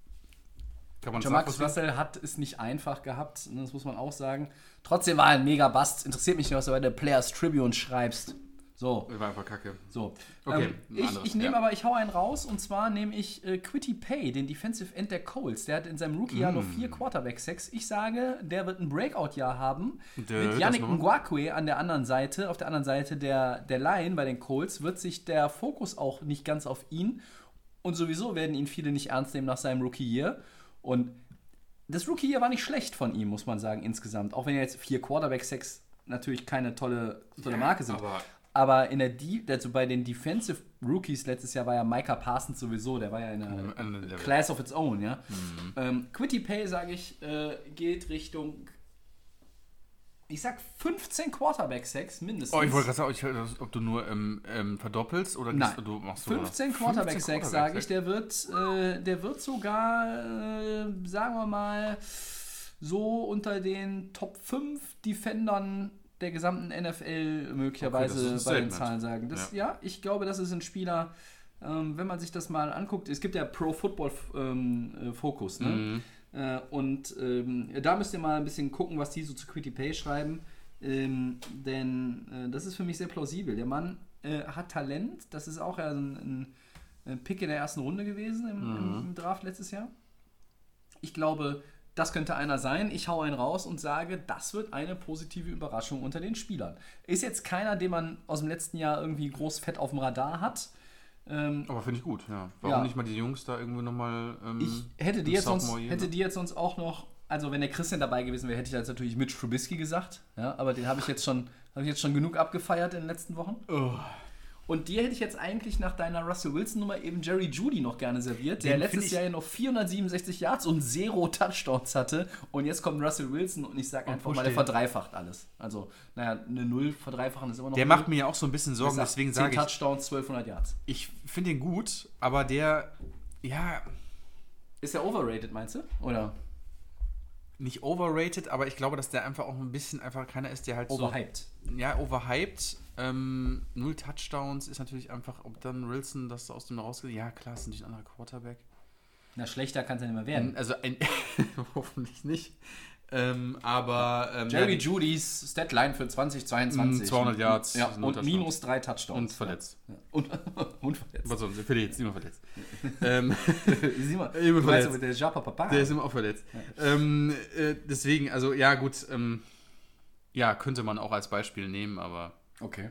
Jamarcus Russell hat es nicht einfach gehabt, ne, das muss man auch sagen. Trotzdem war er ein mega Bust. Interessiert mich nicht, was du bei der Players Tribune schreibst. So. War einfach kacke. So. Okay, ähm, ich ich nehme ja. aber, ich hau einen raus und zwar nehme ich äh, Kwity Paye, den Defensive End der Colts. Der hat in seinem Rookie-Jahr mm. nur vier Quarterback-Sacks. Ich sage, der wird ein Breakout-Jahr haben. Der, Mit Yannick Ngakoue an der anderen Seite, auf der anderen Seite der, der Line bei den Colts, wird sich der Fokus auch nicht ganz auf ihn und sowieso werden ihn viele nicht ernst nehmen nach seinem Rookie-Year. Und das Rookie-Year war nicht schlecht von ihm, muss man sagen, insgesamt. Auch wenn er jetzt vier Quarterback-Sacks natürlich keine tolle, tolle ja, Marke sind. Aber Aber in der De- also bei den Defensive Rookies letztes Jahr war ja Micah Parsons sowieso, der war ja in einer Mhm. Class of its own, ja. Mhm. Ähm, Kwity Paye, sage ich, äh, geht Richtung, ich sag fünfzehn Quarterback-Sacks mindestens. Oh, ich wollte gerade sagen, ich, ob du nur ähm, ähm, verdoppelst oder Nein. du machst fünfzehn Quarterback-Sacks, sage ich. Der wird, äh, der wird sogar, äh, sagen wir mal, so unter den Top fünf Defendern der gesamten N F L möglicherweise Okay, das ist ein bei den Statement. Zahlen sagen. Das, ja. Ja. ich glaube, das ist ein Spieler, ähm, wenn man sich das mal anguckt, es gibt ja Pro Football ähm, äh, Focus, ne? Mhm. Äh, und ähm, da müsst ihr mal ein bisschen gucken, was die so zu Kwity Paye schreiben, ähm, denn äh, das ist für mich sehr plausibel. Der Mann äh, hat Talent, das ist auch ja ein, ein, ein Pick in der ersten Runde gewesen im, Mhm. im, im Draft letztes Jahr. Ich glaube, das könnte einer sein. Ich hau einen raus und sage, das wird eine positive Überraschung unter den Spielern. Ist jetzt keiner, den man aus dem letzten Jahr irgendwie groß fett auf dem Radar hat. Ähm, Aber finde ich gut, ja. Warum Ja. nicht mal die Jungs da irgendwo nochmal ähm, ich hätte die, im jetzt sonst, Sophomore Year, hätte ne? die jetzt sonst auch noch, also wenn der Christian dabei gewesen wäre, hätte ich jetzt natürlich Mitch Trubisky gesagt. Ja, aber den habe ich jetzt schon, habe ich jetzt schon genug abgefeiert in den letzten Wochen. Oh. Und dir hätte ich jetzt eigentlich nach deiner Russell Wilson-Nummer eben Jerry Jeudy noch gerne serviert, der Den letztes find ich- Jahr ja noch vierhundertsiebenundsechzig Yards und zero Touchdowns hatte. Und jetzt kommt Russell Wilson und ich sage einfach pusht mal, der den. verdreifacht alles. Also, naja, eine Null verdreifachen ist immer noch Der null. macht mir ja auch so ein bisschen Sorgen, Ich sag, deswegen zehn sage ich, Touchdowns, zwölfhundert Yards. ich finde ihn gut, aber der, ja, Ist der overrated, meinst du? Oder nicht overrated, aber ich glaube, dass der einfach auch ein bisschen einfach keiner ist, der halt overhyped? so, ja, overhyped, ähm, null Touchdowns ist natürlich einfach, ob dann Wilson das aus dem rausgeht, ja klar, ist natürlich ein anderer Quarterback. Na, schlechter kann es ja nicht mehr werden. Also, ein, hoffentlich nicht, ähm, aber ähm, Jerry ja, Judys Statline für zwanzig zweiundzwanzig. zweihundert Yards, Ja, null und Touchdowns. minus drei Touchdowns. und verletzt. Ja. Und, und verletzt. Was sonst? Verletzt, immer verletzt. ähm, Sieh mal, Immer du meinst verletzt. aber der Japa Papa. Der ist immer auch verletzt. Ähm, äh, deswegen, also ja gut, ähm, ja, könnte man auch als Beispiel nehmen, aber Okay.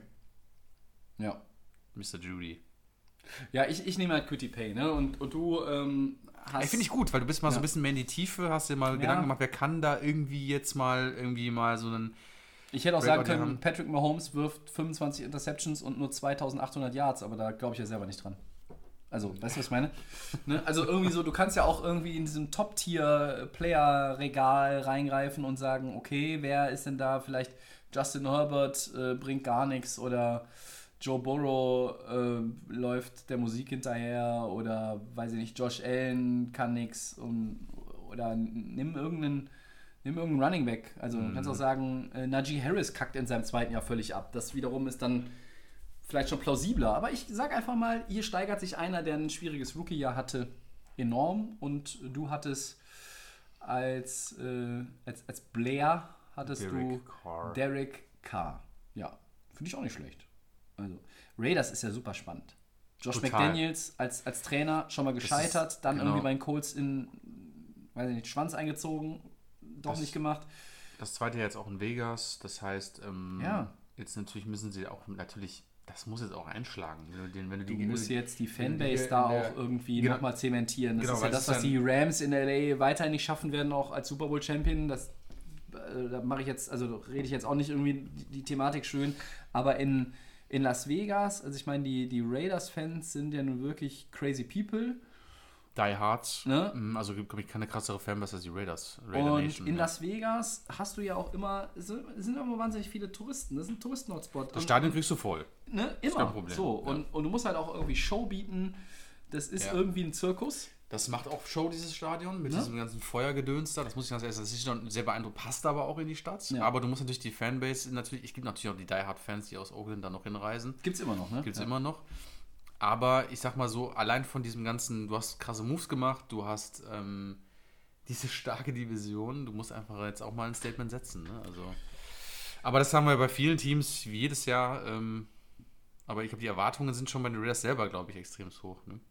Ja. Mister Judy. Ja, ich, ich nehme halt Kwity Paye, ne? Und, und du ähm, hast. Ey, finde ich gut, weil du bist mal so Ja. ein bisschen mehr in die Tiefe, hast dir mal Ja. Gedanken gemacht, wer kann da irgendwie jetzt mal irgendwie mal so einen. Ich hätte auch sagen Breakout können, haben. Patrick Mahomes wirft fünfundzwanzig Interceptions und nur zweitausendachthundert Yards, aber da glaube ich ja selber nicht dran. Also, weißt du, was ich meine? Ne? Also irgendwie so, du kannst ja auch irgendwie in diesem Top-Tier-Player-Regal reingreifen und sagen, okay, wer ist denn da vielleicht Justin Herbert äh, bringt gar nichts oder Joe Burrow äh, läuft der Musik hinterher oder, weiß ich nicht, Josh Allen kann nichts oder nimm irgendeinen Nimm irgendeinen Running Back. Also du kannst auch sagen, äh, Najee Harris kackt in seinem zweiten Jahr völlig ab. Das wiederum ist dann vielleicht schon plausibler. Aber ich sag einfach mal, hier steigert sich einer, der ein schwieriges Rookie-Jahr hatte, enorm. Und du hattest als, äh, als, als Blair hattest Derek du Carr. Derek Carr. Ja, finde ich auch nicht schlecht. Also Raiders ist ja super spannend. Josh Total. McDaniels als, als Trainer schon mal gescheitert, dann genau. irgendwie bei den Colts in, weiß ich nicht, Schwanz eingezogen, doch Das- nicht gemacht. Das zweite Jahr jetzt auch in Vegas, das heißt, ähm, Ja. jetzt natürlich müssen sie auch natürlich, das muss jetzt auch einschlagen. Wenn du, den, wenn du, Du die, musst jetzt die wenn du Fanbase in da der- auch irgendwie genau. nochmal zementieren. Das Genau, ist ja weil das, es was dann- die Rams in L A weiterhin nicht schaffen werden, auch als Super Bowl Champion. Das, äh, da mache ich jetzt, also rede ich jetzt auch nicht irgendwie die, die Thematik schön, aber in, in Las Vegas, also ich meine, die, die Raiders-Fans sind ja nun wirklich crazy people. Die Hard, Ne? mm, also gibt es keine krassere Fanbase als die Raiders. Raider Und Nation, in ja. Las Vegas hast du ja auch immer, es sind es sind immer wahnsinnig viele Touristen. Das ist ein Touristen-Hotspot. Das Stadion kriegst du voll. Ne? Immer. kein Problem. So. Ja. Und, und du musst halt auch irgendwie Show bieten. Das ist Ja. irgendwie ein Zirkus. Das macht auch Show, dieses Stadion, mit Ja. diesem ganzen Feuergedöns da. Das muss ich ganz ehrlich sagen, das ist schon sehr beeindruckend, passt aber auch in die Stadt. Ja. Aber du musst natürlich die Fanbase, natürlich, es gibt natürlich auch die Die Hard-Fans, die aus Oakland da noch hinreisen. Gibt's immer noch, ne? Gibt es Ja. immer noch. Aber ich sag mal so, allein von diesem ganzen, du hast krasse Moves gemacht, du hast ähm, diese starke Division, du musst einfach jetzt auch mal ein Statement setzen. Ne? Also, aber das haben wir bei vielen Teams wie jedes Jahr. Ähm, aber ich glaube, die Erwartungen sind schon bei den Raiders selber, glaube ich, extrem hoch. Ne?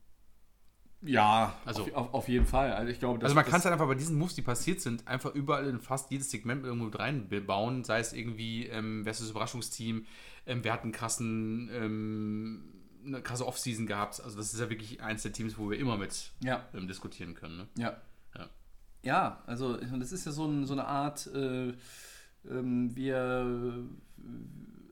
Ja, Also- auf, auf, auf jeden Fall. Also ich glaube, das, Also man kann es das, halt einfach bei diesen Moves, die passiert sind, einfach überall in fast jedes Segment irgendwo mit reinbauen. Sei es irgendwie, ähm, wer ist das Überraschungsteam, ähm, wer hat einen krassen, ähm, eine krasse Offseason gehabt. Also das ist ja wirklich eins der Teams, wo wir immer mit ja, ähm, diskutieren können. Ne? ja. Ja. Ja, also das ist ja so, ein, so eine Art, äh, ähm, wir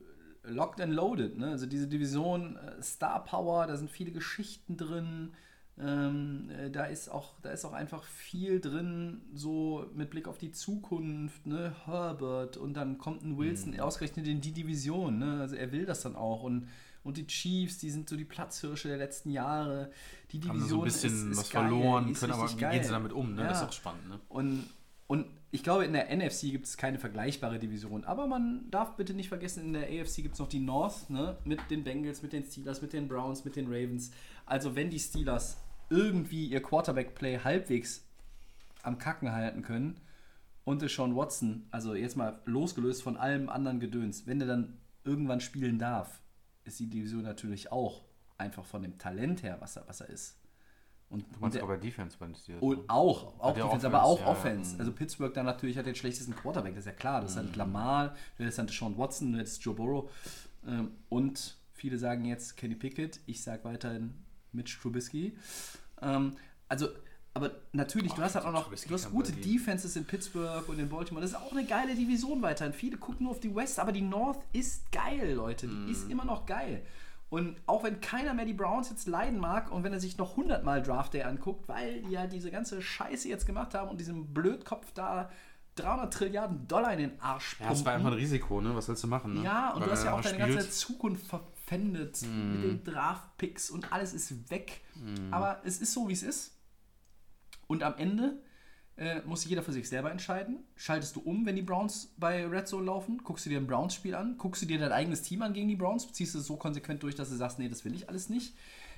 locked and loaded. Ne? Also diese Division äh, Star Power, da sind viele Geschichten drin. Ähm, äh, da ist auch, da ist auch einfach viel drin, so mit Blick auf die Zukunft, ne? Herbert und dann kommt ein Wilson mhm. ausgerechnet in die Division, ne? Also er will das dann auch und, und die Chiefs, die sind so die Platzhirsche der letzten Jahre. Die Division haben so ein bisschen ist, ist was geil, verloren, können aber wie geil. gehen sie damit um, ne? Ja. Das ist auch spannend, ne? Und, und ich glaube, in der N F C gibt es keine vergleichbare Division, aber man darf bitte nicht vergessen, in der A F C gibt es noch die North, ne? Mit den Bengals, mit den Steelers, mit den Browns, mit den Ravens. Also wenn die Steelers irgendwie ihr Quarterback-Play halbwegs am Kacken halten können und Deshaun Watson, also jetzt mal losgelöst von allem anderen Gedöns, wenn der dann irgendwann spielen darf, ist die Division natürlich auch einfach von dem Talent her, was er, was er ist. Und, du meinst der, aber Defense, wenn es dir und auch, auch Defense, Offense, aber auch ja, Offense. Ja. Also Pittsburgh dann natürlich hat den schlechtesten Quarterback, das ist ja klar. Das ist halt Lamar, du hättest dann Deshaun Watson, du hättest Joe Burrow ähm, und viele sagen jetzt Kenny Pickett, ich sage weiterhin Mitch Trubisky. Ähm, also, aber natürlich, oh, du hast halt auch noch, du hast gute Defenses in Pittsburgh und in Baltimore. Das ist auch eine geile Division weiterhin. Viele gucken nur auf die West, aber die North ist geil, Leute. Die mm. ist immer noch geil. Und auch wenn keiner mehr die Browns jetzt leiden mag und wenn er sich noch hundertmal Draft Day anguckt, weil die ja diese ganze Scheiße jetzt gemacht haben und diesem Blödkopf da dreihundert Trilliarden Dollar in den Arsch pumpen. Ja, das war einfach ein Risiko, ne? Was willst du machen, ne? Ja, und weil du hast ja auch deine spielt. ganze Zukunft verpfändet mm. mit den Draft-Picks und alles ist weg. Mm. Aber es ist so, wie es ist. Und am Ende äh, muss jeder für sich selber entscheiden. Schaltest du um, wenn die Browns bei Red Zone laufen? Guckst du dir ein Browns-Spiel an? Guckst du dir dein eigenes Team an gegen die Browns? Ziehst du es so konsequent durch, dass du sagst, nee, das will ich alles nicht?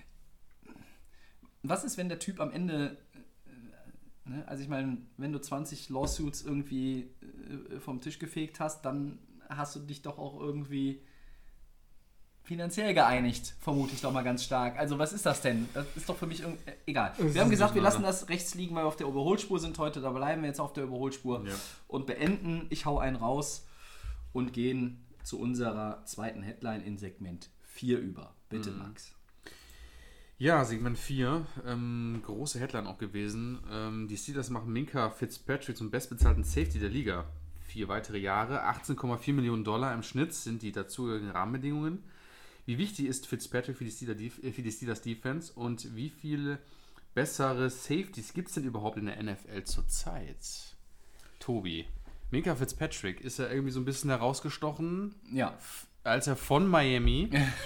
Was ist, wenn der Typ am Ende... Ne? Also ich meine, wenn du zwanzig Lawsuits irgendwie äh, vom Tisch gefegt hast, dann hast du dich doch auch irgendwie finanziell geeinigt, vermute ich doch mal ganz stark. Also was ist das denn? Das ist doch für mich irgendwie... Äh, egal. Wir haben gesagt, wir lassen das rechts liegen, weil wir auf der Überholspur sind heute. Da bleiben wir jetzt auf der Überholspur ja. und beenden. Ich hau einen raus und gehen zu unserer zweiten Headline in Segment vier über. Bitte, mhm. Max. Ja, Segment vier, ähm, große Headline auch gewesen. Ähm, die Steelers machen Minkah Fitzpatrick zum bestbezahlten Safety der Liga. Vier weitere Jahre, achtzehn Komma vier Millionen Dollar im Schnitt sind die dazugehörigen Rahmenbedingungen. Wie wichtig ist Fitzpatrick für die Steelers, für die Steelers Defense und wie viele bessere Safeties gibt es denn überhaupt in der N F L zurzeit? Tobi, Minkah Fitzpatrick, ist er irgendwie so ein bisschen herausgestochen? Ja. Als er von Miami...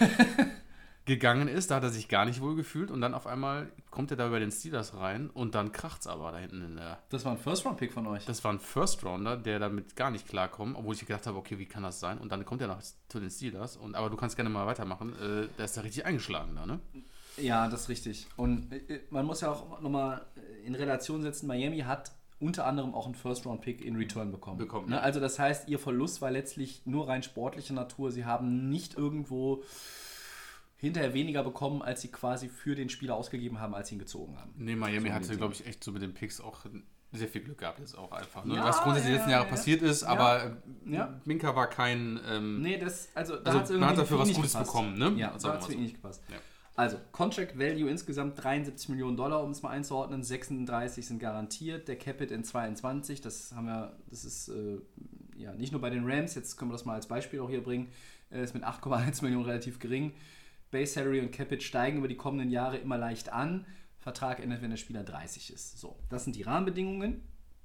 gegangen ist, da hat er sich gar nicht wohl gefühlt und dann auf einmal kommt er da über den Steelers rein und dann kracht's aber da hinten in der... Das war ein First-Round-Pick von euch. Das war ein First-Rounder, der damit gar nicht klarkommt, obwohl ich gedacht habe, okay, wie kann das sein? Und dann kommt er noch zu den Steelers, und aber du kannst gerne mal weitermachen, äh, der ist da richtig eingeschlagen da, ne? Ja, das ist richtig. Und äh, man muss ja auch nochmal in Relation setzen, Miami hat unter anderem auch einen First-Round-Pick in Return bekommen. bekommen ne? Also das heißt, ihr Verlust war letztlich nur rein sportlicher Natur. Sie haben nicht irgendwo... hinterher weniger bekommen, als sie quasi für den Spieler ausgegeben haben, als sie ihn gezogen haben. Nee, Miami so hatte, glaube ich, echt so mit den Picks auch sehr viel Glück gehabt jetzt auch einfach. Ne? Ja, was grundsätzlich ja, die letzten Jahre ja. passiert ist, ja. aber ja. Minkah war kein... Ähm, nee, das... Also, da also hat's irgendwie man hat dafür was nicht Gutes gepasst. bekommen, ne? Ja, also da hat es für ihn so. nicht gepasst. Ja. Also, Contract Value insgesamt dreiundsiebzig Millionen Dollar, um es mal einzuordnen. sechsunddreißig sind garantiert. Der Capit in zweiundzwanzig, das haben wir... Das ist äh, ja nicht nur bei den Rams, jetzt können wir das mal als Beispiel auch hier bringen, äh, ist mit acht Komma eins Millionen relativ gering. Base Salary und Capit steigen über die kommenden Jahre immer leicht an. Vertrag endet, wenn der Spieler dreißig ist. So, das sind die Rahmenbedingungen.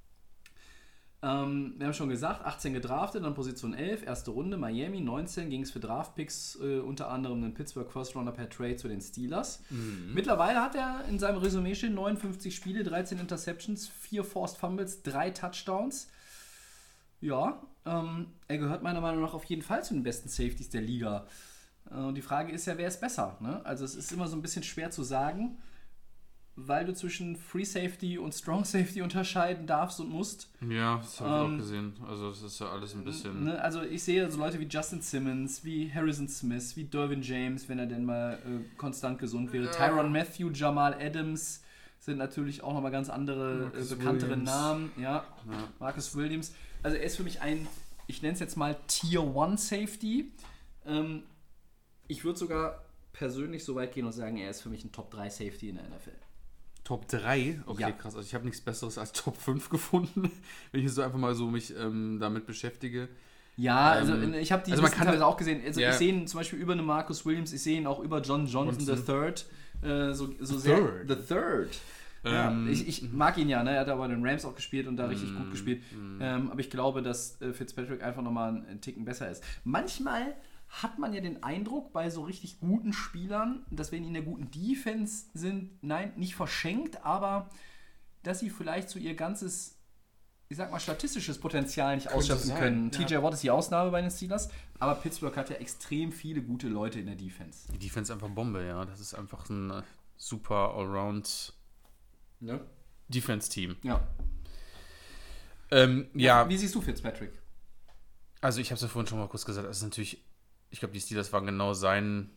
Ähm, wir haben schon gesagt, achtzehn gedraftet, dann Position elf, erste Runde, Miami, neunzehn ging es für Draftpicks, äh, unter anderem den Pittsburgh First Rounder per Trade zu den Steelers. Mhm. Mittlerweile hat er in seinem Resümee stehen neunundfünfzig Spiele, dreizehn Interceptions, vier Forced Fumbles, drei Touchdowns. Ja, ähm, er gehört meiner Meinung nach auf jeden Fall zu den besten Safeties der Liga. Und die Frage ist ja, wer ist besser? Ne? Also es ist immer so ein bisschen schwer zu sagen, weil du zwischen Free Safety und Strong Safety unterscheiden darfst und musst. Ja, das habe ich ähm, auch gesehen. Also das ist ja alles ein bisschen... Ne? Also ich sehe so Leute wie Justin Simmons, wie Harrison Smith, wie Derwin James, wenn er denn mal äh, konstant gesund wäre. Ja. Tyrann Mathieu, Jamal Adams sind natürlich auch nochmal ganz andere, äh, bekanntere Williams. Namen. Ja. ja, Marcus Williams. Also er ist für mich ein, ich nenne es jetzt mal Tier One Safety. Ähm, Ich würde sogar persönlich so weit gehen und sagen, er ist für mich ein Top drei Safety in der N F L. Top drei? Okay, ja. Krass. Also ich habe nichts Besseres als Top fünf gefunden, wenn ich so einfach mal so mich ähm, damit beschäftige. Ja, also ähm, ich habe die also man kann teilweise auch gesehen. Also ja. ich sehe ihn zum Beispiel über eine Marcus Williams, ich sehe ihn auch über John Johnson the Third. Äh, so, so The sehr, Third. The Third. Ja, Ähm, ich, ich mag ihn ja, ne? Er hat aber bei den Rams auch gespielt und da richtig Mm, gut gespielt. mm. Ähm, aber ich glaube, dass äh, Fitzpatrick einfach nochmal einen, einen Ticken besser ist. Manchmal hat man ja den Eindruck bei so richtig guten Spielern, dass wenn die in der guten Defense sind, nein, nicht verschenkt, aber dass sie vielleicht so ihr ganzes, ich sag mal, statistisches Potenzial nicht ausschöpfen sein, können. ja. T J Watt ist die Ausnahme bei den Steelers, aber Pittsburgh hat ja extrem viele gute Leute in der Defense. Die Defense ist einfach Bombe, ja. Das ist einfach ein äh, super Allround Ne? Defense-Team. Ja. Ähm, ja, Wie siehst du Fitzpatrick? also ich habe es ja vorhin schon mal kurz gesagt, es ist natürlich, ich glaube, die Steelers waren genau sein,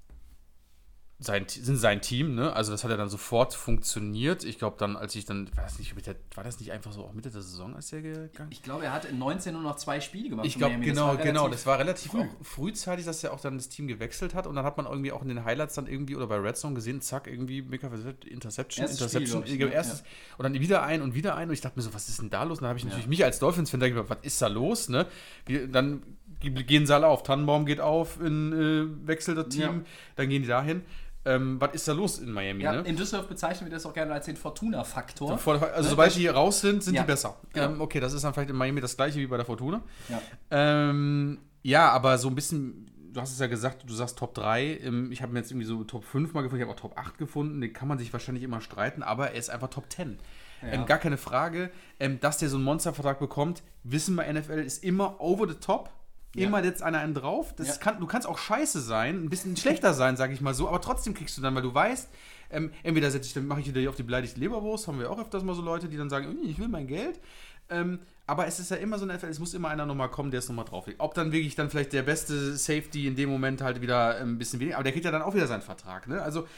sein, sind sein Team, ne? Also das hat ja dann sofort funktioniert. Ich glaube dann, als ich dann, weiß nicht, war das nicht einfach so auch Mitte der Saison, als der gegangen ist? Ich glaube, er hat in neunzehn nur noch zwei Spiele gemacht. Ich für glaube, Miami. Das genau, war genau. relativ Das war relativ früh. auch frühzeitig, dass er auch dann das Team gewechselt hat. Und dann hat man irgendwie auch in den Highlights dann irgendwie oder bei Red Zone gesehen, zack, irgendwie Mega Interception, Erstes Interception, Spiel, glaub ich, erstes, ja. und dann wieder ein und wieder ein. Und ich dachte mir so, was ist denn da los? Und dann habe ich natürlich mich als Dolphins-Fan gedacht, was ist da los? Ne? Wir, dann gehen sie alle auf. Tannenbaum geht auf, in, äh, wechselt das Team, Ja. dann gehen die dahin. Ähm, was ist da los in Miami? Ja, Ne? in Düsseldorf bezeichnen wir das auch gerne als den Fortuna-Faktor. Vor- Also Ne? sobald die raus sind, sind Ja. die besser. Genau. Ähm, okay, das ist dann vielleicht in Miami das gleiche wie bei der Fortuna. Ja. Ähm, ja, aber so ein bisschen, du hast es ja gesagt, du sagst Top drei. Ähm, ich habe mir jetzt irgendwie so Top fünf mal gefunden, ich habe auch Top acht gefunden. Den kann man sich wahrscheinlich immer streiten, aber er ist einfach Top zehn. Ja. Ähm, gar keine Frage. Ähm, dass der so einen Monstervertrag bekommt, wissen wir, N F L ist immer over the top. Ja. Immer jetzt einer einen drauf. Das Ja. kann, du kannst auch scheiße sein, ein bisschen schlechter sein, sag ich mal so, aber trotzdem kriegst du dann, weil du weißt, ähm, entweder setze ich, dann mache ich wieder auf die beleidigte Leberwurst, haben wir auch öfters mal so Leute, die dann sagen, ich will mein Geld. Ähm, aber es ist ja immer so eine, es muss immer einer nochmal kommen, der es nochmal drauflegt. Ob dann wirklich dann vielleicht der beste Safety in dem Moment halt wieder ein bisschen weniger, aber der kriegt ja dann auch wieder seinen Vertrag. Ne? Also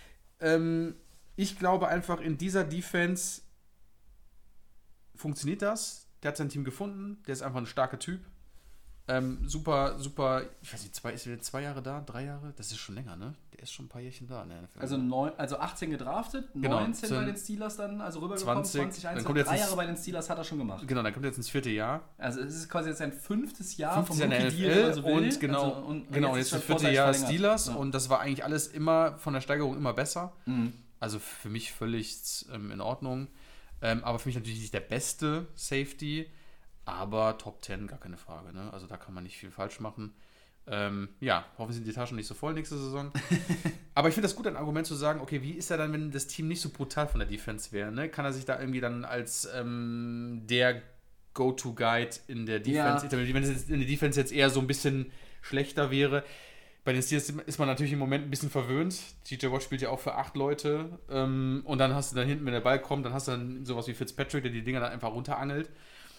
ähm, ich glaube einfach, in dieser Defense funktioniert das. Der hat sein Team gefunden, der ist einfach ein starker Typ. Ähm, super, super, ich weiß nicht, zwei, ist er jetzt zwei Jahre da, drei Jahre? Das ist schon länger, ne? Der ist schon ein paar Jährchen da in der N F L. Also, neun, also achtzehn gedraftet, Genau, neunzehn bei zehn, den Steelers dann, also rübergekommen, zwanzig, zwanzig, dann einundzwanzig, kommt jetzt drei ins- Jahre bei den Steelers hat er schon gemacht. Genau, dann kommt er jetzt ins vierte Jahr. Also es ist quasi jetzt sein fünftes Jahr Fünftes Jahr in der N F Rookie-Deal, wenn man L so will. und genau, Also, und, genau, und ist jetzt das schon vierte Jahr vorzeitig Steelers verlängert. und das war eigentlich alles immer von der Steigerung immer besser. Ja. Mhm. Also für mich völlig ähm, in Ordnung. Ähm, aber für mich natürlich nicht der beste Safety, aber Top zehn, gar keine Frage. Ne? Also da kann man nicht viel falsch machen. Ähm, ja, hoffentlich sind die Taschen nicht so voll nächste Saison. Aber ich finde das gut, ein Argument zu sagen, okay, wie ist er dann, wenn das Team nicht so brutal von der Defense wäre? Ne? Kann er sich da irgendwie dann als ähm, der Go-To-Guide in der Defense Ja. etablieren, wenn es jetzt in der Defense jetzt eher so ein bisschen schlechter wäre? Bei den Steelers ist man natürlich im Moment ein bisschen verwöhnt. T J Watt spielt ja auch für acht Leute. Ähm, und dann hast du dann hinten, wenn der Ball kommt, dann hast du dann sowas wie Fitzpatrick, der die Dinger dann einfach runterangelt.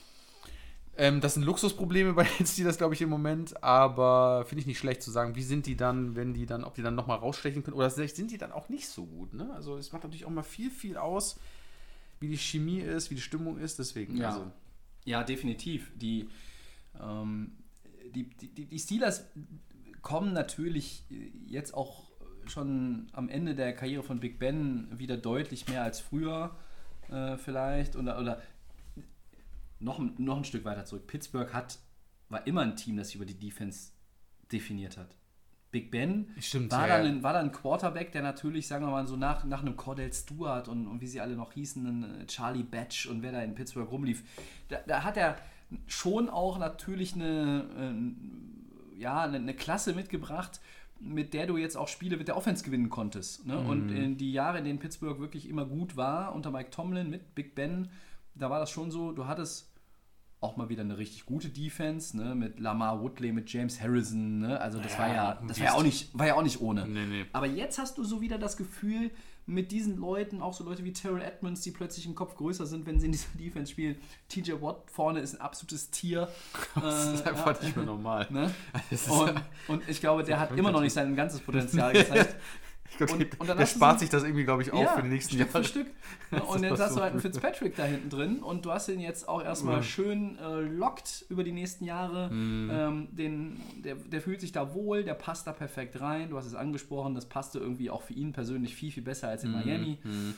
Ähm, das sind Luxusprobleme bei den Steelers, glaube ich, im Moment. Aber finde ich nicht schlecht zu sagen, wie sind die dann, wenn die dann, ob die dann nochmal rausstechen können. Oder vielleicht sind die dann auch nicht so gut. Ne? Also es macht natürlich auch mal viel, viel aus, wie die Chemie ist, wie die Stimmung ist. Deswegen, Ja. also. Ja, definitiv. Die, ähm, die, die, die Steelers kommen natürlich jetzt auch schon am Ende der Karriere von Big Ben wieder deutlich mehr als früher äh, vielleicht. Oder, oder noch, noch ein Stück weiter zurück. Pittsburgh hat, war immer ein Team, das sich über die Defense definiert hat. Big Ben Stimmt, war, ja, dann ja. ein, war dann ein Quarterback, der natürlich, sagen wir mal, so nach, nach einem Cordell Stewart und, und wie sie alle noch hießen, einen Charlie Batch und wer da in Pittsburgh rumlief, da, da hat er schon auch natürlich eine, äh, ja, eine, eine Klasse mitgebracht, mit der du jetzt auch Spiele mit der Offense gewinnen konntest. Ne? Mhm. Und in die Jahre, in denen Pittsburgh wirklich immer gut war, unter Mike Tomlin mit Big Ben, da war das schon so, du hattest auch mal wieder eine richtig gute Defense, ne, mit Lamar Woodley, mit James Harrison, ne, also das Ja, war ja, das die war ja ist- auch nicht, war ja auch nicht ohne. Nee, nee. Aber jetzt hast du so wieder das Gefühl, mit diesen Leuten, auch so Leute wie Terrell Edmonds, die plötzlich einen Kopf größer sind, wenn sie in dieser Defense spielen. T J Watt vorne ist ein absolutes Tier. Das ist Äh, einfach ja. nicht mehr normal. Ne? Das ist- Und, und ich glaube, der hat immer noch nicht sein ganzes Potenzial gezeigt. Ich glaub, Und- die- und dann der hast du spart so- sich das irgendwie, glaube ich, auf für die nächsten Stück Jahre. für Stück. Ja, Das und ist jetzt hast so du halt einen gut. Fitzpatrick da hinten drin und du hast ihn jetzt auch erstmal Ja. schön äh, lockt über die nächsten Jahre. Mhm. Ähm, den, der, der fühlt sich da wohl, der passt da perfekt rein. Du hast es angesprochen, das passte irgendwie auch für ihn persönlich viel, viel besser als in Miami. Mhm.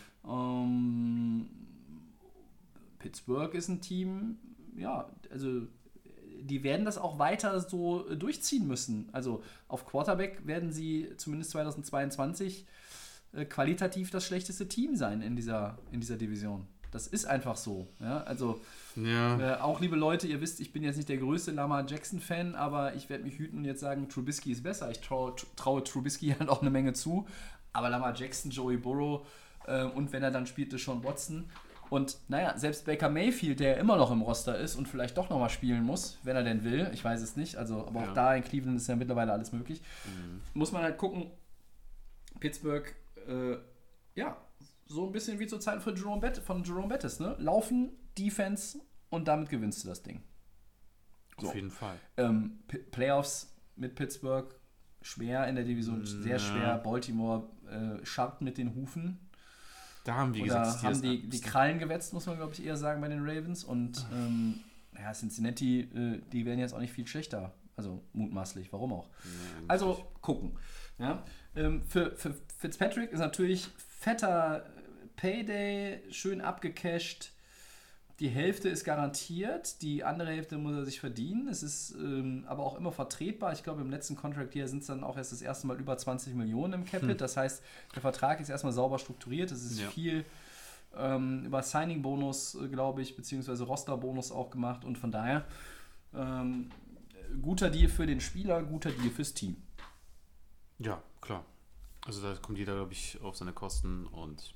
Ähm, Pittsburgh ist ein Team, ja, also die werden das auch weiter so durchziehen müssen. Also auf Quarterback werden sie zumindest zweitausendzweiundzwanzig äh, qualitativ das schlechteste Team sein in dieser, in dieser Division. Das ist einfach so. Ja? Also ja. äh, auch, liebe Leute, ihr wisst, ich bin jetzt nicht der größte Lamar Jackson-Fan, aber ich werde mich hüten und jetzt sagen, Trubisky ist besser. Ich traue, traue Trubisky halt auch eine Menge zu. Aber Lamar Jackson, Joey Burrow äh, und wenn er dann spielt, Deshaun Watson. Und naja, selbst Baker Mayfield, der immer noch im Roster ist und vielleicht doch nochmal spielen muss, wenn er denn will, ich weiß es nicht, also aber ja. auch da in Cleveland ist ja mittlerweile alles möglich, mhm. muss man halt gucken, Pittsburgh, äh, ja, so ein bisschen wie zur Zeit von Jerome, Bet- von Jerome Bettis, ne? Laufen, Defense und damit gewinnst du das Ding. So. Auf jeden Fall. Ähm, P- Playoffs mit Pittsburgh, schwer in der Division, ja. sehr schwer. Baltimore äh, scharrt mit den Hufen. Da haben, wie Oder gesagt, haben die, die Krallen gewetzt, muss man glaube ich eher sagen, bei den Ravens. Und ähm, ja, Cincinnati, äh, die werden jetzt auch nicht viel schlechter. Also mutmaßlich, warum auch. Ja, also gucken. Ja? Ähm, für, für Fitzpatrick ist natürlich fetter Payday, schön abgecasht. Die Hälfte ist garantiert, die andere Hälfte muss er sich verdienen. Es ist ähm, aber auch immer vertretbar. Ich glaube, im letzten Contract hier sind es dann auch erst das erste Mal über zwanzig Millionen im Capit. Hm. Das heißt, der Vertrag ist erstmal sauber strukturiert. Es ist ja. viel ähm, über Signing-Bonus, äh, glaube ich, beziehungsweise Roster-Bonus auch gemacht. Und von daher ähm, guter Deal für den Spieler, guter Deal fürs Team. Ja, klar. Also da kommt jeder, glaube ich, auf seine Kosten und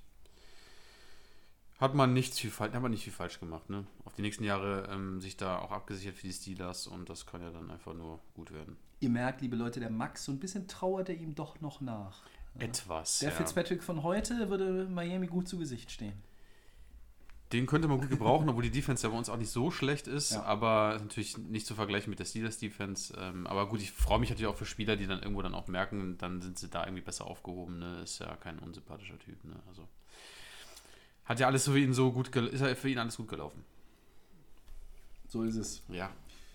hat man nicht viel, hat man nicht viel falsch gemacht. Ne? Auf die nächsten Jahre ähm, sich da auch abgesichert für die Steelers und das kann ja dann einfach nur gut werden. Ihr merkt, liebe Leute, der Max, so ein bisschen trauert er ihm doch noch nach. Ja? Etwas, Der ja. Fitzpatrick von heute würde Miami gut zu Gesicht stehen. Den könnte man gut gebrauchen, obwohl die Defense ja bei uns auch nicht so schlecht ist, ja. aber natürlich nicht zu vergleichen mit der Steelers-Defense. Ähm, aber gut, ich freue mich natürlich auch für Spieler, die dann irgendwo dann auch merken, dann sind sie da irgendwie besser aufgehoben. Ne? Ist ja kein unsympathischer Typ. Ne? Also hat ja alles für ihn so gut gel- ist ja für ihn alles gut gelaufen. So ist es. Ja.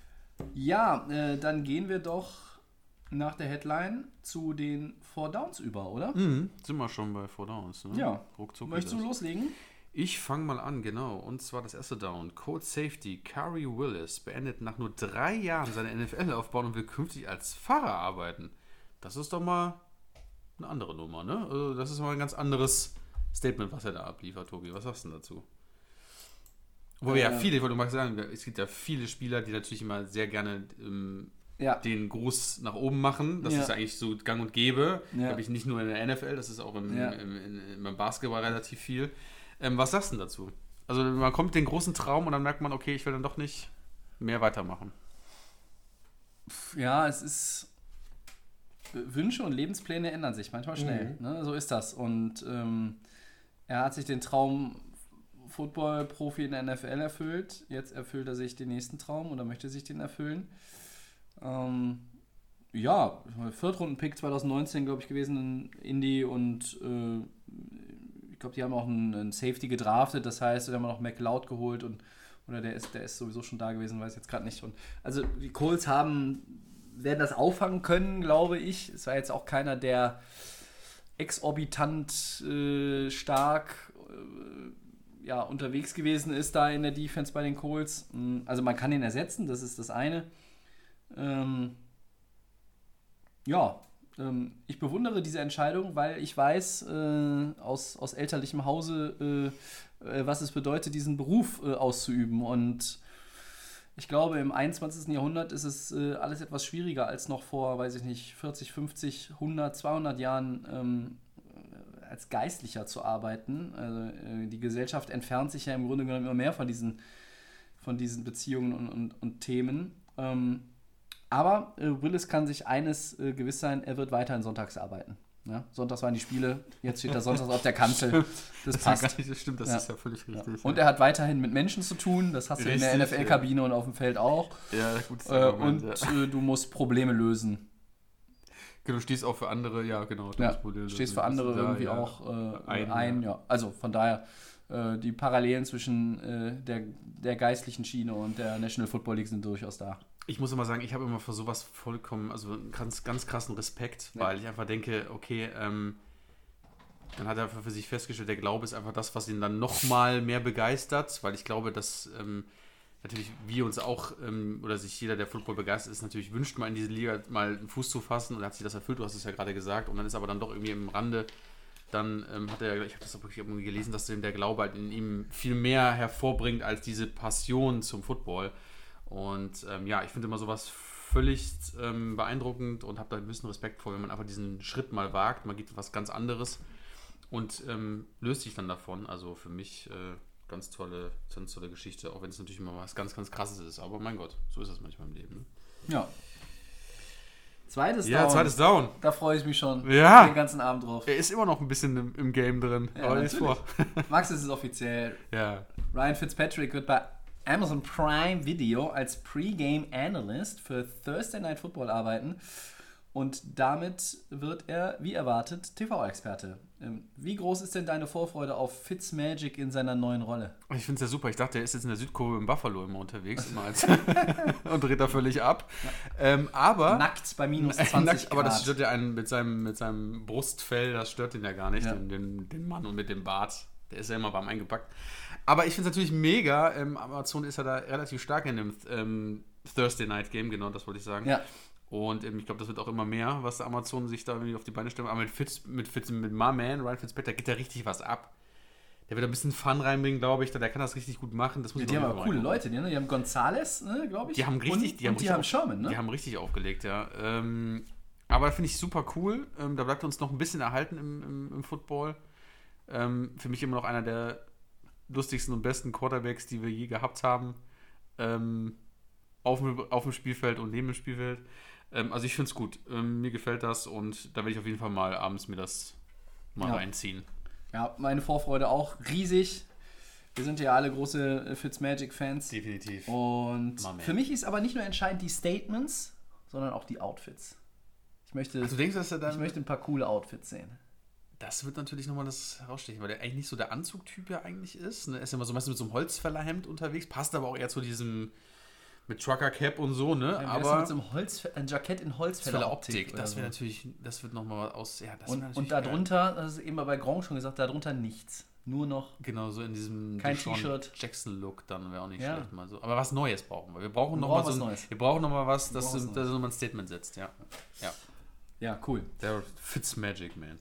Ja, äh, dann gehen wir doch nach der Headline zu den Four Downs über, oder? Mhm, sind wir schon bei Four Downs. Ne? Ja. Ruckzuck Möchtest du loslegen? Ich fange mal an, genau. Und zwar das erste Down. Code Safety, Khari Willis, beendet nach nur drei Jahren seine N F L-Laufbahn und will künftig als Fahrer arbeiten. Das ist doch mal eine andere Nummer, ne? Also das ist mal ein ganz anderes Statement, was er da abliefert, Tobi. Was sagst du denn dazu? Wo wir äh, ja viele, ich wollte mal sagen, es gibt ja viele Spieler, die natürlich immer sehr gerne ähm, ja. den Gruß nach oben machen. Das ja. ist eigentlich so gang und gäbe. Ja. Glaube ich nicht nur in der N F L, das ist auch im, ja. im, im, im Basketball relativ viel. Ähm, was sagst du denn dazu? Also man kommt mit den großen Traum und dann merkt man, okay, ich will dann doch nicht mehr weitermachen. Ja, es ist... Wünsche und Lebenspläne ändern sich manchmal schnell. Mhm. Ne? So ist das. Und ähm, er hat sich den Traum Football-Profi in der N F L erfüllt. Jetzt erfüllt er sich den nächsten Traum oder möchte sich den erfüllen. Ähm, ja, Viertrunden-Pick zwanzig neunzehn, glaube ich, gewesen in Indy und äh, ich glaube, die haben auch einen, einen Safety gedraftet. Das heißt, da haben wir noch McLeod geholt und oder der ist, der ist sowieso schon da gewesen, weiß jetzt gerade nicht. Und also die Colts haben werden das auffangen können, glaube ich. Es war jetzt auch keiner, der exorbitant äh, stark äh, ja, unterwegs gewesen ist da in der Defense bei den Colts. Also man kann ihn ersetzen, das ist das eine. Ähm, ja, ähm, ich bewundere diese Entscheidung, weil ich weiß äh, aus, aus elterlichem Hause, äh, äh, was es bedeutet, diesen Beruf äh, auszuüben. Und ich glaube, im einundzwanzigsten Jahrhundert ist es äh, alles etwas schwieriger als noch vor, weiß ich nicht, vierzig, fünfzig, hundert, zweihundert Jahren ähm, als Geistlicher zu arbeiten. Also, äh, die Gesellschaft entfernt sich ja im Grunde genommen immer mehr von diesen, von diesen Beziehungen und, und, und Themen. Ähm, aber äh, Willis kann sich eines äh, gewiss sein, er wird weiterhin sonntags arbeiten. Ja, sonntags waren die Spiele, jetzt steht er sonntags auf der Kanzel. Das, das passt. Gar nicht, das stimmt, das ja. ist ja völlig richtig. Ja. Und er hat weiterhin mit Menschen zu tun, das hast du richtig, in der N F L-Kabine ja. und auf dem Feld auch. Ja, gut. Äh, und ja. äh, du musst Probleme lösen. Genau, du stehst auch für andere, ja genau. Du ja, Probleme stehst für andere da, irgendwie ja. auch äh, ein. ein ja. Ja. Also von daher äh, die Parallelen zwischen äh, der, der geistlichen Schiene und der National Football League sind durchaus da. Ich muss immer sagen, ich habe immer für sowas vollkommen, also einen ganz, ganz krassen Respekt, ja. weil ich einfach denke, okay, ähm, dann hat er einfach für sich festgestellt, der Glaube ist einfach das, was ihn dann nochmal mehr begeistert, weil ich glaube, dass ähm, natürlich wir uns auch, ähm, oder sich jeder, der Football begeistert ist, natürlich wünscht, mal in diese Liga mal einen Fuß zu fassen und hat sich das erfüllt, du hast es ja gerade gesagt, und dann ist aber dann doch irgendwie im Rande, dann ähm, hat er, ich habe das auch wirklich irgendwie gelesen, dass der Glaube halt in ihm viel mehr hervorbringt als diese Passion zum Football. Und ähm, ja, ich finde immer sowas völlig ähm, beeindruckend und habe da ein bisschen Respekt vor, wenn man einfach diesen Schritt mal wagt, man geht was ganz anderes und ähm, löst sich dann davon. Also für mich äh, ganz tolle, ganz tolle Geschichte, auch wenn es natürlich immer was ganz, ganz Krasses ist. Aber mein Gott, so ist das manchmal im Leben. Ne? Ja. Zweites ja, Down. zweites Down. Da freue ich mich schon ja. den ganzen Abend drauf. Er ist immer noch ein bisschen im, im Game drin. Ja, aber ist vor. Max, es ist offiziell. Ja. Ryan Fitzpatrick wird bei Amazon Prime Video als Pre-Game Analyst für Thursday Night Football arbeiten. Und damit wird er, wie erwartet, T V-Experte. Wie groß ist denn deine Vorfreude auf Fitzmagic in seiner neuen Rolle? Ich finde es ja super. Ich dachte, er ist jetzt in der Südkurve im Buffalo immer unterwegs immer als und dreht da völlig ab. Ähm, aber nackt bei minus zwanzig nackt, Grad. Aber das stört ja einen mit seinem, mit seinem Brustfell, das stört ihn ja gar nicht, ja. den, den, den Mann und mit dem Bart. Der ist ja immer warm eingepackt. Aber ich finde es natürlich mega. Ähm, Amazon ist ja da relativ stark in dem ähm, Thursday Night Game, genau, das wollte ich sagen. Ja. Und ähm, ich glaube, das wird auch immer mehr, was Amazon sich da irgendwie auf die Beine stellt. Aber mit Fitz, mit Fitz, mit My Man, Ryan Fitzpatrick, da geht da richtig was ab. Der wird ein bisschen Fun reinbringen, glaube ich. Der kann das richtig gut machen. Das muss ja, die haben aber coole Leute. Die, ne? die haben Gonzales, ne, glaube ich. Die haben richtig, und, die haben, und die richtig haben auf, Sherman, ne? Die haben richtig aufgelegt, ja. Ähm, aber finde ich super cool. Ähm, da bleibt uns noch ein bisschen erhalten im, im, im Football. Ähm, für mich immer noch einer der lustigsten und besten Quarterbacks, die wir je gehabt haben. Ähm, auf, auf dem Spielfeld und neben dem Spielfeld. Ähm, also ich finde es gut. Ähm, mir gefällt das und da werde ich auf jeden Fall mal abends mir das mal ja. reinziehen. Ja, meine Vorfreude auch riesig. Wir sind ja alle große Fitzmagic-Fans. Definitiv. Und für mich ist aber nicht nur entscheidend die Statements, sondern auch die Outfits. Ich möchte, also du denkst, dass er dann ich möchte ein paar coole Outfits sehen. Das wird natürlich nochmal das herausstechen, weil der eigentlich nicht so der Anzugtyp ja eigentlich ist. Ne? Er ist ja immer so meistens mit so einem Holzfällerhemd unterwegs, passt aber auch eher zu diesem mit Trucker Cap und so, ne? Ja, aber mit so einem Holz, ein Jackett in Holzfälleroptik. Das wäre so. natürlich, das wird nochmal aus, ja, das Und, natürlich und darunter, geil. Das ist eben bei Grand schon gesagt, darunter nichts. Nur noch. Genau, so in diesem kein T-Shirt. Jackson-Look, dann wäre auch nicht ja. schlecht mal so. Aber was Neues brauchen wir. Wir brauchen nochmal so ein, was wir brauchen noch mal was, das nochmal ein Statement setzt, ja. Ja, ja cool. Der Fitzmagic, man.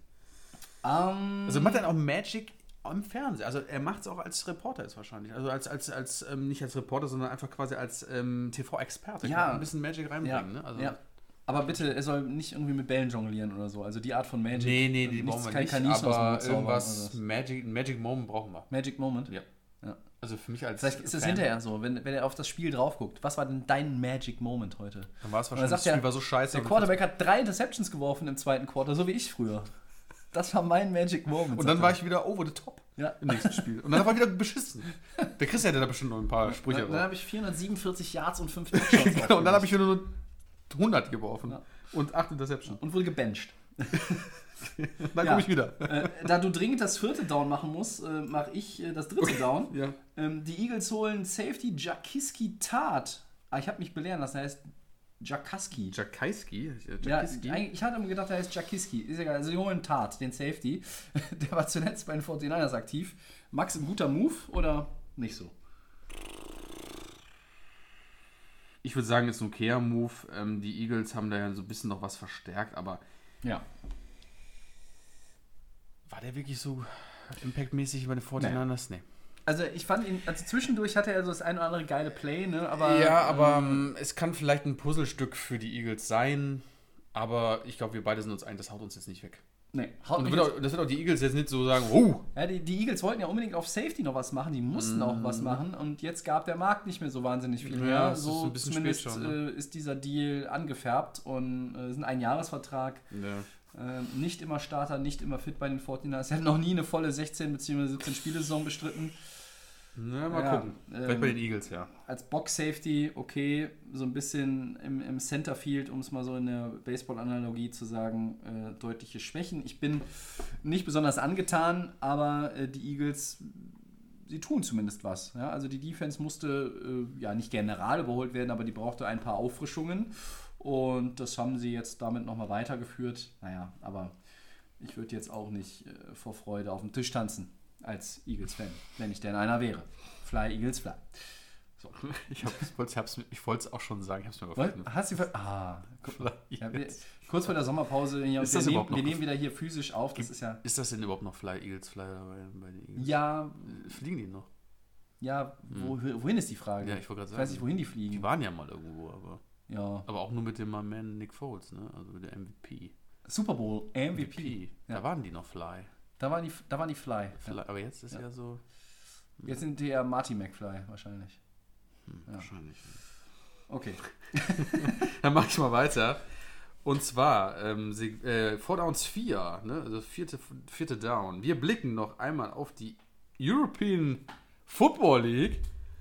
Um, also macht er auch Magic im Fernsehen. Also er macht es auch als Reporter jetzt wahrscheinlich. Also als, als, als ähm, nicht als Reporter, sondern einfach quasi als ähm, T V-Experte. Ja. Ein bisschen Magic reinbringen. Ja. Ne? Also, ja. Aber bitte, er soll nicht irgendwie mit Bällen jonglieren oder so. Also die Art von Magic. Nee, nee, die brauchen wir kein nicht. Kaninchen aber irgendwas, Magic, Magic Moment brauchen wir. Magic Moment? Ja. ja. Also für mich als Vielleicht ist es hinterher so, wenn, wenn er auf das Spiel drauf guckt. Was war denn dein Magic Moment heute? Dann war es wahrscheinlich, das Spiel er, war so scheiße. Der Quarterback hat drei Interceptions geworfen im zweiten Quarter, so wie ich früher. Das war mein Magic Moment. Und dann war ich wieder over the top ja. im nächsten Spiel. Und dann war ich wieder beschissen. Der Chris hätte da bestimmt noch ein paar Sprüche. Dann, dann habe ich vierhundertsiebenundvierzig Yards und fünf Touchdowns. Genau, und dann habe ich wieder nur hundert geworfen. Ja. Und acht Interceptions. Und wurde gebencht. Dann ja. komme ich wieder. Äh, da du dringend das vierte Down machen musst, äh, mache ich äh, das dritte Down. ja. ähm, die Eagles holen Safety Jaquiski Tartt. Ah, ich habe mich belehren lassen, er heißt Jakiski. Jakiski? Ja, ich hatte immer gedacht, er heißt Jakiski. Ist egal. Also die holen Tartt, den Safety. Der war zuletzt bei den forty-niners aktiv. Max, ein guter Move oder nicht so? Ich würde sagen, ist ein okayer Move. Ähm, die Eagles haben da ja so ein bisschen noch was verstärkt, aber ja. War der wirklich so impactmäßig bei den forty-niners? Nee. nee. Also ich fand ihn, also zwischendurch hatte er so das ein oder andere geile Play, ne? Aber, ja, aber ähm, es kann vielleicht ein Puzzlestück für die Eagles sein, aber ich glaube, wir beide sind uns einig, das haut uns jetzt nicht weg. Nee, haut Und das wird, auch, das wird auch die Eagles jetzt nicht so sagen, oh! Ja, die, die Eagles wollten ja unbedingt auf Safety noch was machen, die mussten mm. auch was machen und jetzt gab der Markt nicht mehr so wahnsinnig viel mehr. Ja, so ist ein bisschen zumindest spät schon, ne? äh, ist dieser Deal angefärbt und es äh, ist ein Einjahresvertrag. Ja. Äh, nicht immer Starter, nicht immer fit bei den forty-niners. Er hat noch nie eine volle sechzehn bzw. siebzehn Spielesaison bestritten. Na, mal ja, gucken. Vielleicht ähm, bei den Eagles, ja. Als Box-Safety, okay, so ein bisschen im, im Centerfield, um es mal so in der Baseball-Analogie zu sagen, äh, deutliche Schwächen. Ich bin nicht besonders angetan, aber äh, die Eagles, sie tun zumindest was. Ja? Also die Defense musste äh, ja nicht general überholt werden, aber die brauchte ein paar Auffrischungen und das haben sie jetzt damit nochmal weitergeführt. Naja, aber ich würde jetzt auch nicht äh, vor Freude auf dem Tisch tanzen. Als Eagles-Fan, wenn ich denn einer wäre. Fly, Eagles, fly. So. Ich, ich wollte es auch schon sagen, ich habe es mir überfallen. Hast du ver- Ah, ja, wir, kurz vor der Sommerpause, ja, ist wir, das nehmen, überhaupt noch wir nehmen wieder hier physisch auf. Das ist, ja ist das denn überhaupt noch Fly Eagles Fly bei, bei den Eagles? Ja. Fliegen die noch? Ja, wo, wohin ist die Frage? Ja, ich wollte gerade sagen. Ich weiß nicht, wohin die fliegen. Die waren ja mal irgendwo, aber. Ja. Aber auch nur mit dem Man Nick Foles, ne? Also der M V P. Super Bowl, M V P. M V P. Ja. Da waren die noch Fly. Da waren die, da waren die Fly. Fly. Ja. Aber jetzt ist ja, ja so. Hm. Jetzt sind die ja Marty McFly wahrscheinlich. Hm, ja. Wahrscheinlich. Okay. Dann mache ich mal weiter. Und zwar, ähm, sie, äh, Four Downs vier, ne? Also vierte, vierte Down. Wir blicken noch einmal auf die European Football League.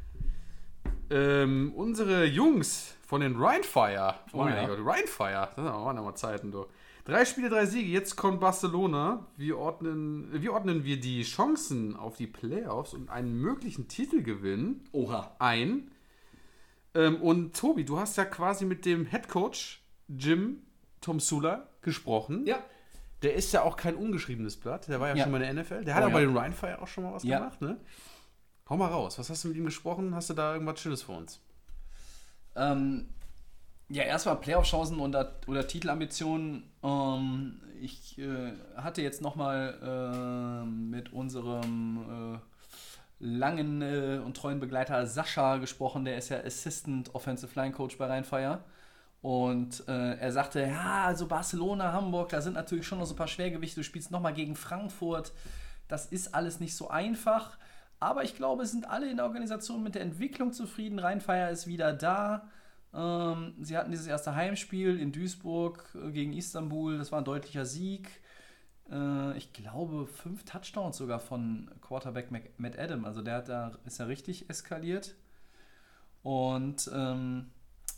Ähm, unsere Jungs von den Rheinfire. Oh mein Gott, Rheinfire. Das waren aber Zeiten, du. Drei Spiele, drei Siege. Jetzt kommt Barcelona. Wir ordnen, wie ordnen wir die Chancen auf die Playoffs und einen möglichen Titelgewinn Oha. ein? Ähm, und Tobi, du hast ja quasi mit dem Headcoach Jim Tomsula gesprochen. Ja. Der ist ja auch kein ungeschriebenes Blatt. Der war ja, ja. schon mal in der N F L. Der hat oh, auch ja. bei den Rheinfire auch schon mal was ja. gemacht, ne? Hau mal raus. Was hast du mit ihm gesprochen? Hast du da irgendwas Schönes für uns? Ähm, ja, erstmal Playoff-Chancen oder, oder Titelambitionen. Ähm, ich äh, hatte jetzt nochmal äh, mit unserem äh, langen äh, und treuen Begleiter Sascha gesprochen. Der ist ja Assistant Offensive Line Coach bei Rheinfire. Und äh, er sagte, ja, also Barcelona, Hamburg, da sind natürlich schon noch so ein paar Schwergewichte. Du spielst nochmal gegen Frankfurt. Das ist alles nicht so einfach. Aber ich glaube, es sind alle in der Organisation mit der Entwicklung zufrieden. Rheinfire ist wieder da. Ähm, sie hatten dieses erste Heimspiel in Duisburg äh, gegen Istanbul. Das war ein deutlicher Sieg. Äh, ich glaube, fünf Touchdowns sogar von Quarterback Matt Adam. Also der hat da, ist ja richtig eskaliert. Und ähm,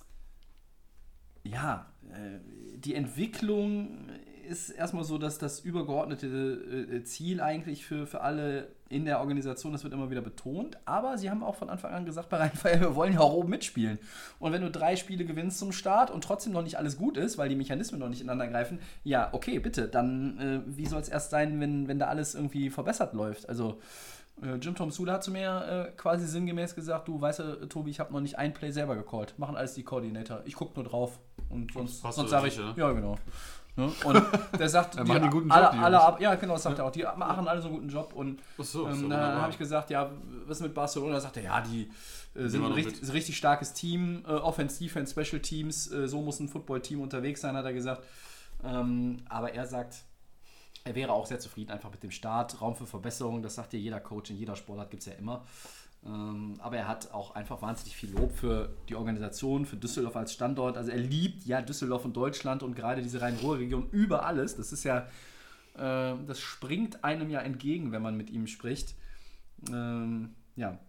ja, äh, die Entwicklung ist erstmal so, dass das übergeordnete äh, Ziel eigentlich für, für alle in der Organisation, das wird immer wieder betont, aber sie haben auch von Anfang an gesagt, bei Rheinfire, wir wollen ja auch oben mitspielen. Und wenn du drei Spiele gewinnst zum Start und trotzdem noch nicht alles gut ist, weil die Mechanismen noch nicht ineinander greifen, ja, okay, bitte, dann äh, wie soll es erst sein, wenn, wenn da alles irgendwie verbessert läuft? Also äh, Jim Tomsula hat zu mir äh, quasi sinngemäß gesagt, du weißt ja, Tobi, ich habe noch nicht ein Play selber gecallt, machen alles die Koordinator, ich gucke nur drauf und sonst, sonst sage ich, ja, ja genau. Ne? Und der sagt, die machen einen guten Job, alle, die alle ab, ja genau, das sagt ja. er auch, die machen alle so einen guten Job und Ach so, ähm, so dann habe ich gesagt, ja, was ist mit Barcelona? Da sagt er, ja, die äh, sind ein richtig, richtig starkes Team, äh, Offense, Defense, Special Teams, äh, so muss ein Football-Team unterwegs sein, hat er gesagt. Ähm, aber er sagt, er wäre auch sehr zufrieden einfach mit dem Start, Raum für Verbesserung, das sagt ja jeder Coach, in jeder Sportart gibt es ja immer. Ähm, aber er hat auch einfach wahnsinnig viel Lob für die Organisation, für Düsseldorf als Standort. Also er liebt ja Düsseldorf und Deutschland und gerade diese Rhein-Ruhr-Region über alles. Das ist ja, äh, das springt einem ja entgegen, wenn man mit ihm spricht. Ähm, ja.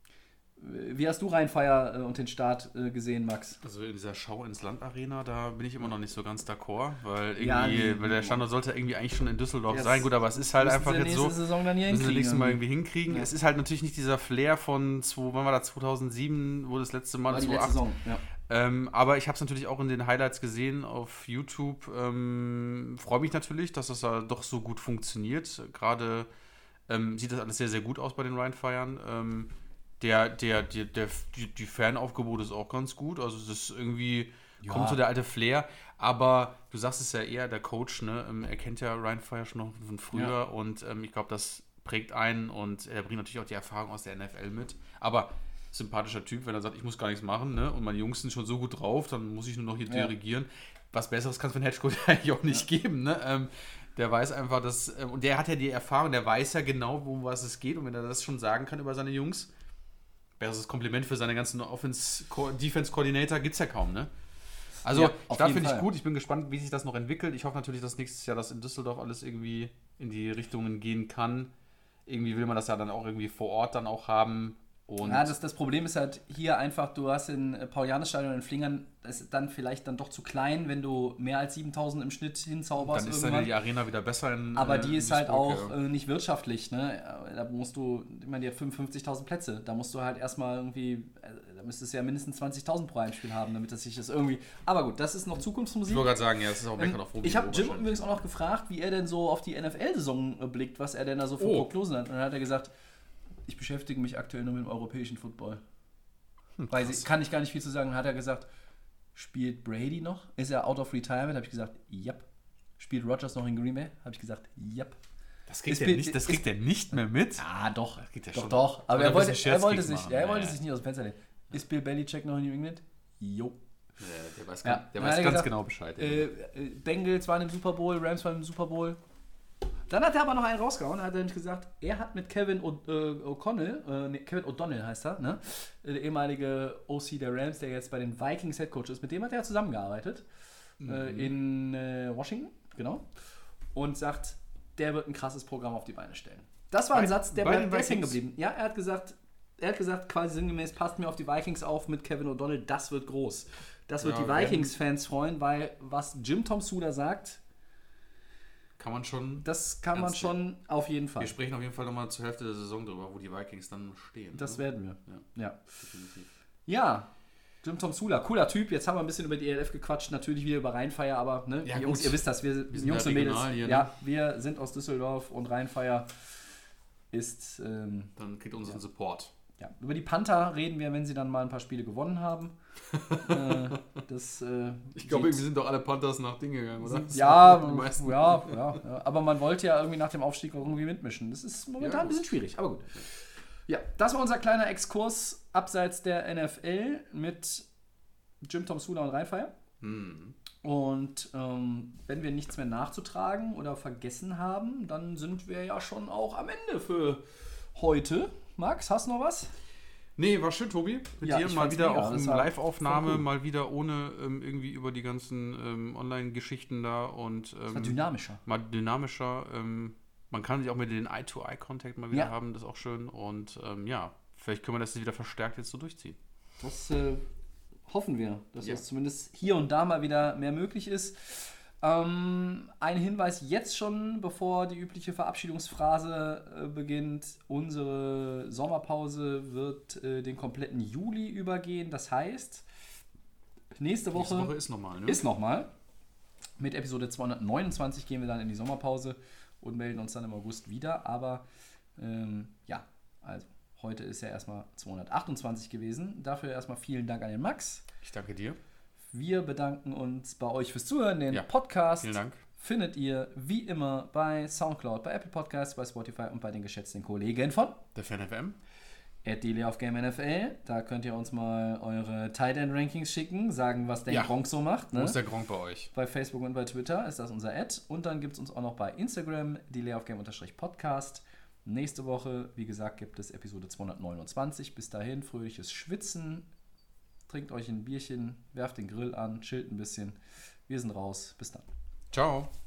Wie hast du Rheinfire äh, und den Start äh, gesehen, Max? Also in dieser Schau ins Land Arena, da bin ich immer noch nicht so ganz d'accord, weil irgendwie, ja, nee, weil der Standort sollte irgendwie eigentlich schon in Düsseldorf yes. sein. Gut, aber es ist halt einfach jetzt so, Saison dann hier müssen wir nächstes Mal irgendwie hinkriegen. hinkriegen. Ja. Es ist halt natürlich nicht dieser Flair von, zwei, wann war das, zweitausendsieben, wo das letzte Mal, war die zweitausendacht. letzte Saison, ja. Ähm, aber ich habe es natürlich auch in den Highlights gesehen auf YouTube. Ähm, freue mich natürlich, dass das da doch so gut funktioniert. Gerade ähm, sieht das alles sehr, sehr gut aus bei den Rheinfeiern. Ähm, Der, der, der, der, die, die Fanaufgebot ist auch ganz gut. Also es ist irgendwie, ja. kommt so der alte Flair. Aber du sagst es ja eher, der Coach, ne, er kennt ja Rheinfire schon noch von früher. Ja. Und ähm, ich glaube, das prägt einen. Und er bringt natürlich auch die Erfahrung aus der N F L mit. Aber sympathischer Typ, wenn er sagt, ich muss gar nichts machen, ne, und meine Jungs sind schon so gut drauf, dann muss ich nur noch hier ja. dirigieren. Was Besseres kann es für einen Headcoach eigentlich auch nicht ja. geben. Ne? Ähm, der weiß einfach, dass, ähm, und der hat ja die Erfahrung, der weiß ja genau, um was es geht. Und wenn er das schon sagen kann über seine Jungs, besseres Kompliment für seine ganzen Offense-Defense-Coordinator gibt es ja kaum, ne? Also, ja, da finde ich gut. Ich bin gespannt, wie sich das noch entwickelt. Ich hoffe natürlich, dass nächstes Jahr das in Düsseldorf alles irgendwie in die Richtungen gehen kann. Irgendwie will man das ja dann auch irgendwie vor Ort dann auch haben. Und ja, das, das Problem ist halt hier einfach, du hast in Paul-Janus-Stadion in Flingern, das ist dann vielleicht dann doch zu klein, wenn du mehr als siebentausend im Schnitt hinzauberst. Dann ist irgendwann. dann die Arena wieder besser in Aber die äh, ist halt auch ja. äh, nicht wirtschaftlich, ne? Da musst du, ich meine, die hat fünfundfünfzigtausend Plätze, da musst du halt erstmal irgendwie, äh, da müsstest du ja mindestens zwanzigtausend pro Heimspiel haben, damit das sich das irgendwie, aber gut, das ist noch Zukunftsmusik. Ich wollte gerade sagen, ja, das ist auch meckern ähm, auf hohem Ich habe Jim übrigens auch noch gefragt, wie er denn so auf die N F L-Saison äh, blickt, was er denn da so für oh. Prognosen hat. Und dann hat er gesagt, ich beschäftige mich aktuell nur mit dem europäischen Football. Hm, Weiß ich, kann ich gar nicht viel zu sagen. Hat er gesagt, spielt Brady noch? Ist er out of retirement? Habe ich gesagt, yep. Spielt Rodgers noch in Green Bay? Habe ich gesagt, yep. Das kriegt, er nicht, das kriegt er nicht mehr mit. Ah, doch. Das kriegt er doch, schon. doch. Aber er wollte, er wollte, sich, machen. er wollte ja, sich nicht aus dem Fenster lehnen. Ist Bill Belichick noch in New England? Jo. Ja, der weiß, ja. ganz, der weiß ganz gesagt, genau Bescheid. Äh, Bengals waren im Super Bowl, Rams waren im Super Bowl. Dann hat er aber noch einen rausgehauen. Er hat nämlich gesagt, er hat mit Kevin O'Connell, äh, nee, Kevin O'Donnell heißt er, ne? Der ehemalige O C der Rams, der jetzt bei den Vikings Headcoach ist, mit dem hat er zusammengearbeitet. Mhm. Äh, in äh, Washington, genau. Und sagt, der wird ein krasses Programm auf die Beine stellen. Das war ein bei, Satz, der bleibt hängen geblieben. Ja, er hat gesagt, er hat gesagt, quasi sinngemäß, passt mir auf die Vikings auf mit Kevin O'Donnell, das wird groß. Das wird ja, die Vikings-Fans freuen, weil was Jim Tom Sula sagt, kann man schon. Das kann man schon auf jeden Fall. Wir sprechen auf jeden Fall nochmal zur Hälfte der Saison drüber, wo die Vikings dann stehen. Das ne? werden wir. Ja. Ja. Definitiv. Ja. Jim Tom Sula, cooler Typ. Jetzt haben wir ein bisschen über die E L F gequatscht, natürlich wieder über Rheinfeier, aber ne, ja, Jungs, ihr wisst das, wir, wir Jungs und Mädels, hier, ne? Ja, wir sind aus Düsseldorf und Rheinfeier ist. Ähm, dann kriegt unseren ja. Support. Ja, über die Panther reden wir, wenn sie dann mal ein paar Spiele gewonnen haben. äh, das, äh, ich glaube, wir sind doch alle Panthers nach Ding gegangen, oder? Ja, ja, ja, ja, aber man wollte ja irgendwie nach dem Aufstieg irgendwie mitmischen. Das ist momentan ja, ein bisschen schwierig, aber gut. Ja, das war unser kleiner Exkurs abseits der N F L mit Jim Tom Sula und Rheinfeier. Hm. Und ähm, wenn wir nichts mehr nachzutragen oder vergessen haben, dann sind wir ja schon auch am Ende für heute. Max, hast du noch was? Nee, war schön, Tobi. Mit ja, dir mal wieder mega. auch in Live-Aufnahme, cool. Mal wieder ohne ähm, irgendwie über die ganzen ähm, Online-Geschichten da und ähm, mal dynamischer. Mal dynamischer. Ähm, man kann sich auch mit den Eye-to-Eye-Contact mal wieder ja. haben, das ist auch schön. Und ähm, ja, vielleicht können wir das wieder verstärkt jetzt so durchziehen. Das äh, hoffen wir, dass ja. das zumindest hier und da mal wieder mehr möglich ist. Ähm, ein Hinweis jetzt schon, bevor die übliche Verabschiedungsphrase äh, beginnt. Unsere Sommerpause wird äh, den kompletten Juli übergehen. Das heißt, nächste Woche, nächste Woche ist nochmal. Ne? Ist nochmal. Mit Episode zweihundertneunundzwanzig gehen wir dann in die Sommerpause und melden uns dann im August wieder. Aber ähm, ja, also heute ist ja erstmal zweihundertachtundzwanzig gewesen. Dafür erstmal vielen Dank an den Max. Ich danke dir. Wir bedanken uns bei euch fürs Zuhören. Den ja, Podcast vielen Dank. Findet ihr wie immer bei Soundcloud, bei Apple Podcasts, bei Spotify und bei den geschätzten Kollegen von der Fan F M. at Delay of Game N F L. Da könnt ihr uns mal eure Tight End Rankings schicken, sagen, was der ja. Gronk so macht. Ne? Wo ist der Gronk bei euch? Bei Facebook und bei Twitter ist das unser Ad. Und dann gibt es uns auch noch bei Instagram, Delay of Game Podcast. Nächste Woche, wie gesagt, gibt es Episode zweihundertneunundzwanzig. Bis dahin, fröhliches Schwitzen. Trinkt euch ein Bierchen, werft den Grill an, chillt ein bisschen. Wir sind raus. Bis dann. Ciao.